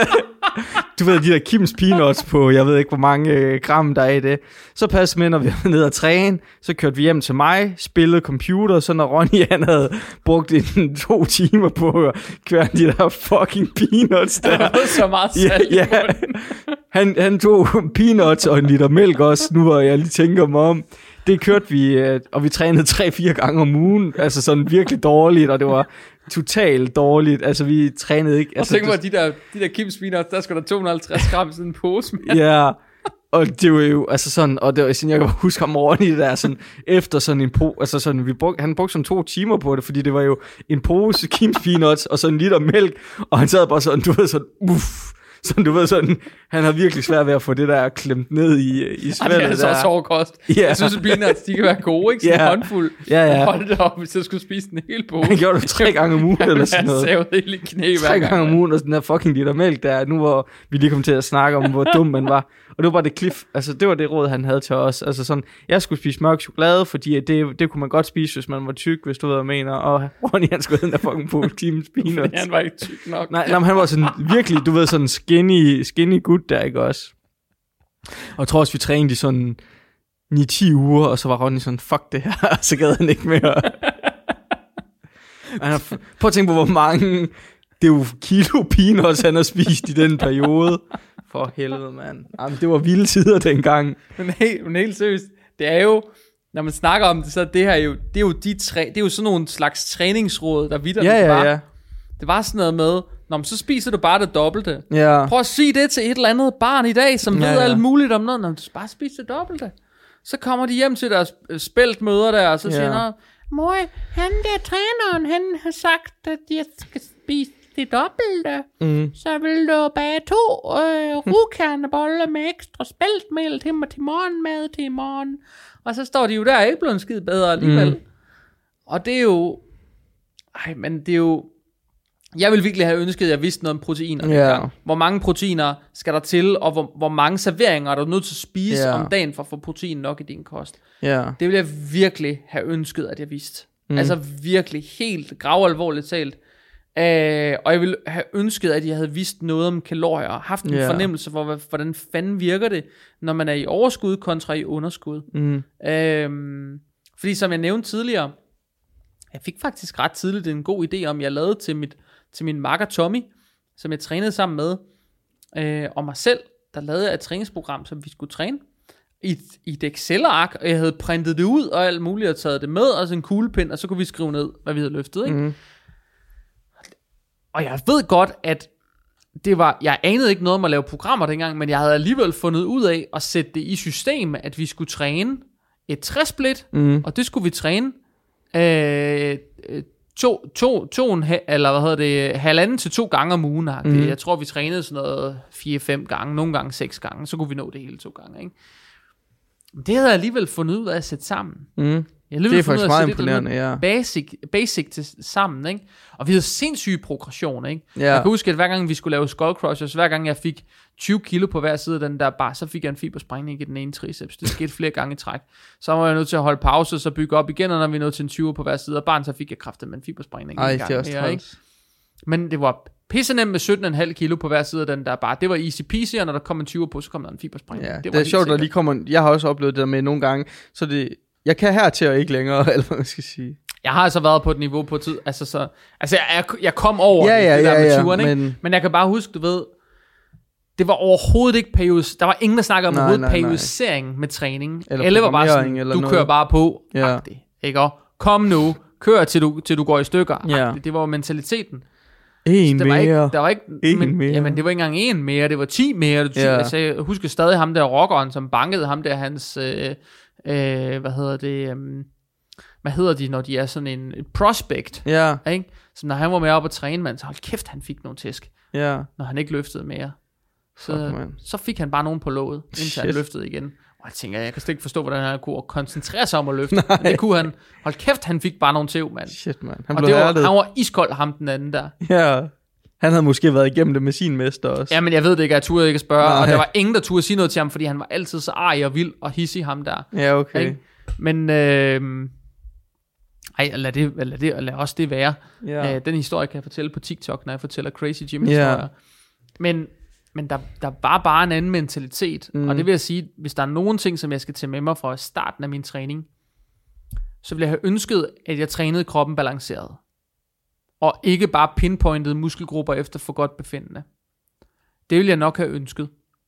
du ved, de der Kims peanuts på, jeg ved ikke, hvor mange øh, gram der er i det. Så passede med, når vi var nede og træne, så kørte vi hjem til mig, spillede computer, så når Ronny, han havde brugt en, to timer på at køre de der fucking peanuts der. Det var så meget salt. Ja, ja. Han, han tog peanuts og en liter mælk også, nu hvor jeg lige tænker mig om. Det kørte vi, og vi trænede tre-fire gange om ugen, altså sådan virkelig dårligt, og det var totalt dårligt, altså vi trænede ikke. Altså, og tænk mig, de der, de der Kims peanuts, der skulle der to hundrede og halvtreds gram sådan en pose med. Ja, og det var jo, altså sådan, og det var sådan, jeg kan huske om morgenen der, sådan, efter sådan en po, altså sådan, vi brugte, han brugte sådan to timer på det, fordi det var jo en pose Kims peanuts, og sådan en liter mælk, og han sad bare sådan, du ved sådan, uff, sådan, du ved sådan, han har virkelig svært ved at få det der klemt ned i, i svældet der. Det er så også hård kost. Yeah. Jeg synes, at peanuts, de kan være gode, ikke? Sådan yeah. en håndfuld. Ja, ja. Hold det op, hvis jeg skulle spise den hele pose. Han gjorde det tre gange om ugen, eller sådan noget. Han savede helt i knæ hver Tre gang. gange om ugen, og sådan der fucking liter mælk der, nu hvor vi lige kom til at snakke om, hvor dum man var. Og det var bare det cliff, altså det var det råd, han havde til os. Altså sådan, jeg skulle spise mørk chokolade, fordi det, det kunne man godt spise, hvis man var tyk, hvis du ved, hvad jeg mener. Og Ronny, han skulle den der fucking på Kims peanuts. Han var ikke tyk nok. Nej, nej, men han var sådan virkelig, du ved, sådan skinny, skinny gut der, ikke også? Og jeg tror også, vi trænede i sådan ni ti uger, og så var Ronny sådan, fuck det her, og så gad han ikke mere. Han har, prøv at tænke på, hvor mange, det er jo kilo peanuts, han har spist i den periode. For helvede, mand. Jamen, det var vilde tider dengang. Men helt, men helt seriøst, det er jo, når man snakker om det, så det her jo, det er jo de tre, det er jo sådan nogle slags træningsråd, der vidder ja, det ja, var. ja. Det var sådan noget med, når man så spiser du bare det dobbelte. Ja. Prøv at sige det til et eller andet barn i dag, som ja, ved ja. alt muligt om noget. Når du bare spiser det dobbelte. Så kommer de hjem til deres spæltmøder der, og så ja. siger de, mor, han der træneren, han har sagt, at jeg skal spise det dobbelte. Mm. Så vil du bage to øh, rugkerneboller med ekstra spæltmel til mig til morgenmad til i morgen. Og så står de jo der, ikke blevet en skid bedre alligevel. Mm. Og det er jo, ej, men det er jo, jeg vil virkelig have ønsket, at jeg vidste noget om proteiner. Yeah. Hvor mange proteiner skal der til, og hvor, hvor mange serveringer er du nødt til at spise yeah. om dagen, for at få protein nok i din kost. Yeah. Det vil jeg virkelig have ønsket, at jeg vidste. Mm. Altså virkelig helt gravalvorligt talt. Uh, og jeg ville have ønsket, at jeg havde vidst noget om kalorier, og haft en yeah. fornemmelse for, hvordan fanden virker det, når man er i overskud kontra i underskud. Mm. Uh, fordi som jeg nævnte tidligere, jeg fik faktisk ret tidligt en god idé om, jeg lavede til, mit, til min makker Tommy, som jeg trænede sammen med, uh, og mig selv, der lavede jeg et træningsprogram, som vi skulle træne, i, i et Excel-ark, og jeg havde printet det ud, og alt muligt, og taget det med, og så en kuglepind, og så kunne vi skrive ned, hvad vi havde løftet, ikke? Mm. Og jeg ved godt, at det var, jeg anede ikke noget om at lave programmer dengang, men jeg havde alligevel fundet ud af at sætte det i system, at vi skulle træne et tres-split, mm. og det skulle vi træne øh, to, to, to en, eller hvad hedder det, halvanden til to gange om ugen. Mm. Jeg tror, vi trænede sådan noget fire-fem gange, nogle gange seks gange, så kunne vi nå det hele to gange. Ikke? Men det havde jeg alligevel fundet ud af at sætte sammen. Mm. Det er faktisk meget imponerende, ja. Basic, basic til sammen, ikke? Og vi havde sindssyge progression, ikke? Ja. Jeg kan huske, at hver gang vi skulle lave skull crushers, hver gang jeg fik tyve kilo på hver side af den der bar, så fik jeg en fibersprængning i den ene triceps. Det skete flere gange i træk. Så var jeg nødt til at holde pause, så bygge op igen, og når vi nåede til en tyve på hver side af baren, så fik jeg kraftigt med en fibersprængning. Ej, en gang det er også mere, ikke? Men det var pissenemt med sytten komma fem kilo på hver side af den der bar. Det var easy peasy, og når der kom en tyve på, så kom der en fibersprængning. Ja, det, det er sjovt, der lige kommer. Jeg har også oplevet det der med nogle gange, så det jeg kan her til og ikke længere, eller hvad man skal sige. Jeg har altså været på et niveau på tid, altså så, altså jeg, jeg kom over ja, ja, det der ja, med ja, tyverne, men... ikke? Men jeg kan bare huske, du ved, det var overhovedet ikke periodis, der var ingen, der snakkede om nej, overhovedet nej, periodisering nej. med træning. Eller Alle var bare sådan, eller du noget. kører bare på, ja. agtigt, ikke? Og kom nu, kør til du, til du går i stykker. Ja. Det var jo mentaliteten. En der var mere. Ikke, der var ikke, En men, mere. Jamen, det var ikke engang en mere, det var ti mere. ti, Ja. altså, jeg husker stadig ham der rockeren, som bankede ham der, hans, øh, øh, hvad hedder det, øh, hvad hedder de, når de er sådan en et prospect, Ja, ikke? Så når han var med op og træne, man, så hold kæft, han fik nogle tæsk, ja. når han ikke løftede mere. Så, Fuck, man. så fik han bare nogen på låget, indtil Shit. han løftede igen. Og jeg tænker, jeg kan slet ikke forstå, hvordan han kunne koncentrere sig om at løfte. Men det kunne han. Hold kæft, han fik bare nogle tæv, mand. Shit, man. Han Og blev det var, hærdet. han var iskold, ham den anden der. Ja. Han havde måske været igennem det med sin mester også. Ja, men jeg ved det ikke, jeg turde ikke at spørge. Nej. Og der var ingen, der turde sige noget til ham, fordi han var altid så arg og vild og hissig, ham der. Ja, okay. Ikke? Men, øh, ej, lad, det, lad, det, lad også det være. Ja. Øh, den historie kan jeg fortælle på TikTok, når jeg fortæller Crazy Jim-historier. Ja. Men, men der, der var bare en anden mentalitet. Mm. Og det vil jeg sige, hvis der er nogen ting, som jeg skal tage med mig fra starten af min træning, så ville jeg have ønsket, at jeg trænede kroppen balanceret. Og ikke bare pinpointet muskelgrupper efter for godt befindende. Det ville jeg nok have ønsket.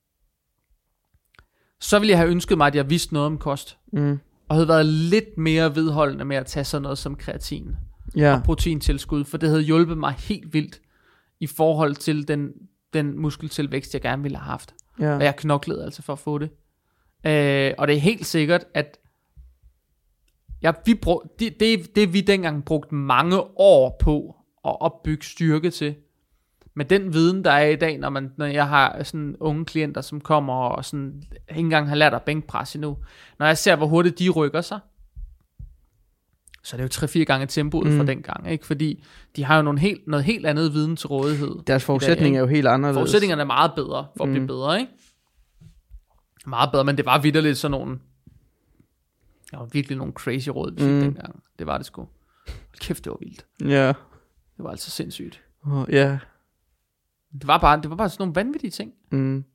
Så ville jeg have ønsket mig, at jeg vidste noget om kost. Mm. Og havde været lidt mere vedholdende med at tage sådan noget som kreatin. Ja. Og proteintilskud. For det havde hjulpet mig helt vildt i forhold til den, den muskeltilvækst, jeg gerne ville have haft. Ja. Og jeg knoklede altså for at få det. Øh, og det er helt sikkert, at jeg, vi brug, det, det, det vi dengang brugte mange år på at opbygge styrke til. Med den viden, der er i dag, når, man, når jeg har sådan unge klienter, som kommer og sådan, ikke engang har lært at bænkpres endnu. Når jeg ser, hvor hurtigt de rykker sig, så er det jo tre-fire gange tempoet mm. fra dengang. Ikke? Fordi de har jo nogle helt, noget helt andet viden til rådighed. Deres forudsætning dag, er jo helt anderledes. Forudsætningerne er meget bedre, for at Mm. blive bedre. Ikke? Meget bedre, men det var vitterligt sådan nogle, det var virkelig nogle crazy råd, vi fik Mm. dengang. Det var det sgu. Kæft, det var vildt. Ja. Det var altså sindssygt. Oh, ja. Det var bare, det var bare sådan nogle vanvittige ting. Mm.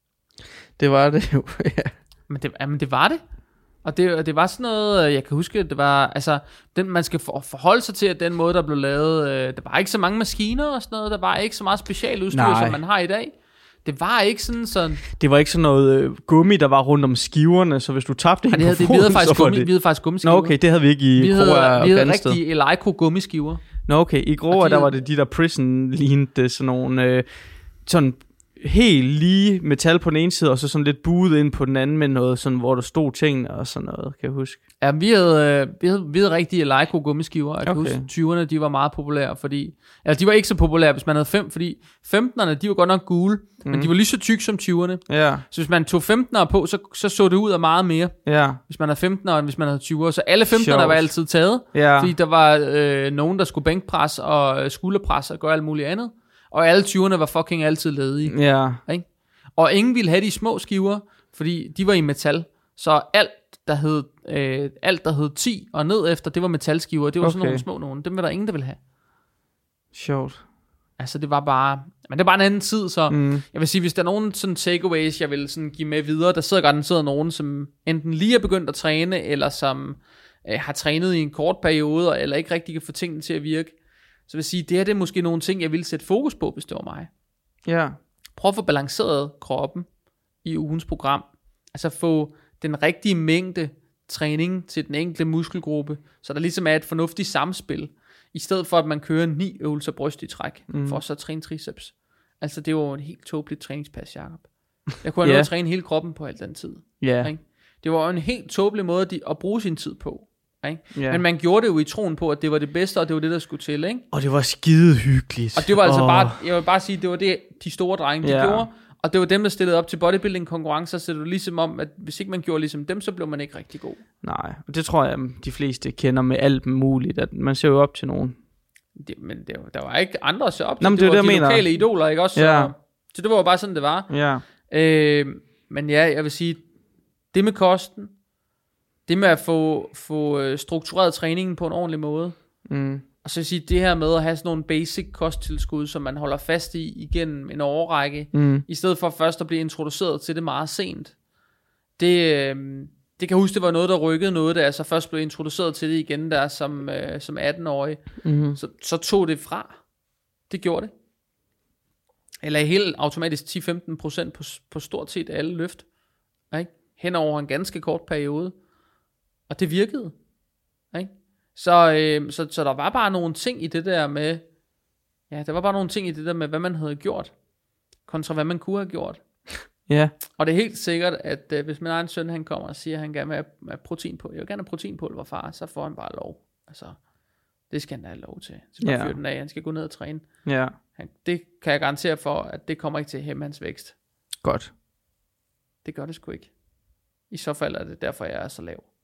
Det var det jo. Ja. Men det, jamen det var det. Og det, det var sådan noget, jeg kan huske, det var, altså, den, man skal for, forholde sig til, at den måde, der blev lavet, øh, der var ikke så mange maskiner og sådan noget, der var ikke så meget specialudstyr, Nej. som man har i dag. Det var ikke sådan sådan... Det var ikke sådan noget øh, gummi, der var rundt om skiverne, så hvis du tabte Ej, en det havde, på det, vi foden, havde faktisk så var gummi, det... vi havde faktisk gummiskiver. Nå okay, det havde vi ikke i vi Groa havde, og vi havde Grænsted. rigtige Eleiko gummiskiver. Nå okay, i Groa, Og de der havde- var det de der prison lignede sådan nogle... Øh, sådan helt lige metal på den ene side, og så sådan lidt buet ind på den anden med noget, sådan, hvor der stod tingene og sådan noget, kan jeg huske. Ja, vi havde, øh, vi havde, vi havde rigtige Eleiko gummiskiver. Jeg kan Okay. huske, tyverne, de var meget populære, fordi... Altså, de var ikke så populære, hvis man havde fem, fordi femtenerne, de var godt nok gule, mm. men de var lige så tykke som tyverne. Ja, Så hvis man tog femtenere på, så, så så det ud af meget mere, ja, hvis man havde femtenere, end hvis man havde tyvere. Så alle femtenere Sjovt. var altid taget, ja. fordi der var øh, nogen, der skulle bænkpres og øh, skulderpres og gøre alt muligt andet. Og alle tyverne var fucking altid ledige. Ja, Ikke? Og ingen ville have de små skiver, fordi de var i metal. Så alt, der hed, øh, alt, der hed ti og ned efter, det var metalskiver. Det var okay. sådan Okay. nogle små nogen. Dem var der ingen, der ville have. sjovt. Altså, det var bare... Men det var bare en anden tid, så... Mm. Jeg vil sige, hvis der er nogen sådan takeaways, jeg vil sådan give med videre, der sidder garanteret nogen, som enten lige er begyndt at træne, eller som øh, har trænet i en kort periode, eller ikke rigtig kan få tingene til at virke. Så vil jeg sige, det her det er måske nogle ting, jeg ville sætte fokus på, hvis det var mig. Ja, Prøv at få balanceret kroppen i ugens program. Altså få den rigtige mængde træning til den enkelte muskelgruppe, så der ligesom er et fornuftigt samspil, i stedet for at man kører ni øvelser bryst i træk, mm. for så at træne triceps. Altså det var jo en helt tåbeligt træningspas, Jacob. Jeg kunne have Ja. nået at træne hele kroppen på al den tid. ja, Ikke? Det var jo en helt tåbelig måde de- at bruge sin tid på. Ikke? ja. Men man gjorde det jo i troen på, at det var det bedste, og det var det, der skulle til. Ikke? Og det var skide hyggeligt. Og det var altså Åh. bare, jeg vil bare sige, det var det, de store drenge, de Ja. gjorde. Og det var dem, der stillede op til bodybuilding konkurrencer, så det var ligesom om, at hvis ikke man gjorde ligesom dem, så blev man ikke rigtig god. Nej, og det tror jeg, de fleste kender med alt muligt, at man ser jo op til nogen. Det, men det, var- der var ikke andre at se op til. Nå, men det, det er var det, de jeg mener. lokale idoler, ikke også? Så, Ja. så det var jo bare sådan, det var. Ja, Øh, men ja, jeg vil sige, det med kosten, det med at få, få øh, struktureret træningen på en ordentlig måde, mm. og så vil jeg sige, det her med at have sådan nogle basic kosttilskud, som man holder fast i igennem en årrække, Mm. i stedet for først at blive introduceret til det meget sent. Det, øh, det kan jeg huske, det var noget, der rykkede noget, da jeg så først blev introduceret til det igen der som, øh, som atten-årig. Mm. Så, så tog det fra. Det gjorde det. Eller helt automatisk ti til femten procent på, på stort set alle løft. Ikke? Hen over en ganske kort periode. Og det virkede. Ikke? Så, øh, så, så der var bare nogle ting i det der med, Ja, der var bare nogle ting i det der med, hvad man havde gjort, kontra hvad man kunne have gjort. Ja. Og det er helt sikkert, at øh, hvis min egen søn, han kommer og siger, at han gerne vil have, have protein på, jeg vil gerne have proteinpulver, far, så får han bare lov. Altså, det skal han have lov til. Så bare Ja. fyre den af, han skal gå ned og træne. Ja. Han, det kan jeg garantere for, at det kommer ikke til at hæmme hans vækst. Godt. Det gør det sgu ikke. I så fald er det derfor, jeg er så lav.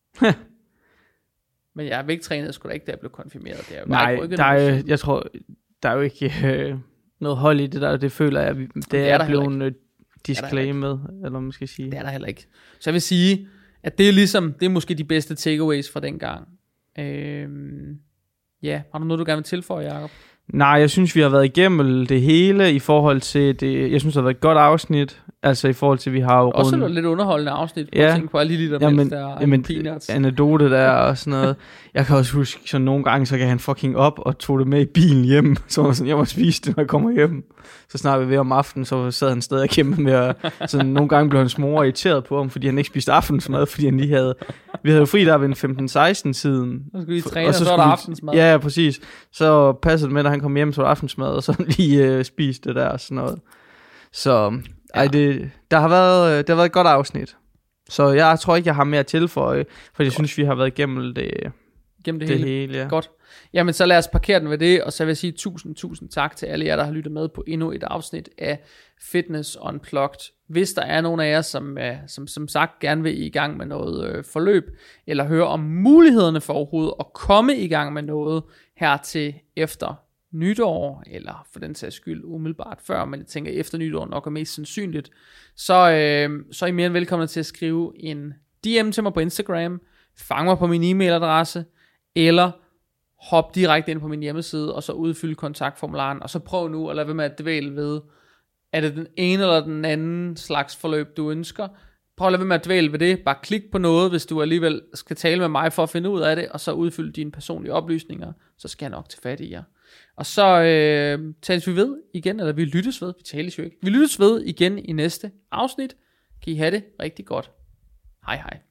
Men jeg er vægttrænet sgu da ikke, da jeg blev konfirmeret. Det er jo Nej, ikke der er, jeg tror, der er jo ikke øh, noget hold i det der. Det føler jeg, det, det er, er blevet øh, disclaimet, eller hvad man skal sige. Det er der heller ikke. Så jeg vil sige, at det er ligesom, det er måske de bedste takeaways fra den gang. Øhm, ja, har du noget, du gerne vil tilføje, Jacob? Nej, jeg synes, vi har været igennem det hele i forhold til det. Jeg synes, det har været et godt afsnit. Altså i forhold til, vi har jo også rundt... et lidt underholdende afsnit. Ja. Tænke på alle de liter jamen, der jamen, peanuts. Anekdote der og sådan noget. Jeg kan også huske, så nogle gange, så kan han fucking op og tog det med i bilen hjem. Så var sådan, jeg må spise det, når jeg kommer hjem. Så snart vi ved om aftenen, så sad han stadig og kæmpede med at... Så nogle gange blev hans mor irriteret på ham, fordi han ikke spiste aftensmad, fordi han lige havde... Vi havde jo fri der ved femten seksten siden. Så skulle vi træne, og så, og så var der aftensmad. Ja, præcis. Så passede det med, at han kom hjem, så var der aftensmad, og så lige øh, spiste det der og sådan noget. Så... Ej, det, der har været, det har været et godt afsnit. Så jeg tror ikke, jeg har mere at tilføje, for jeg synes, vi har været igennem det, Gennem det, det hele. hele. Ja. Godt. Jamen, så lad os parkere den ved det, og så vil jeg sige tusind, tusind tak til alle jer, der har lyttet med på endnu et afsnit af Fitness Unplugged. Hvis der er nogen af jer, som, som som sagt gerne vil i gang med noget øh, forløb, eller høre om mulighederne for overhovedet at komme i gang med noget her til efter nytår, eller for den sags skyld umiddelbart før, men jeg tænker efter nytår nok er mest sandsynligt, så, øh, så er I mere end velkomne til at skrive en D M til mig på Instagram, fang mig på min e-mailadresse, eller hop direkte ind på min hjemmeside, og så udfylde kontaktformularen, og så prøv nu at lade være med at dvæle ved, er det den ene eller den anden slags forløb, du ønsker. Prøv at lade være med at dvæle ved det, bare klik på noget, hvis du alligevel skal tale med mig for at finde ud af det, og så udfylde dine personlige oplysninger, så skal jeg nok til fat i jer. Og så øh, tales vi ved igen, eller vi lyttes ved, vi tales jo ikke. Vi lyttes ved igen i næste afsnit. Kan I have det rigtig godt. Hej hej.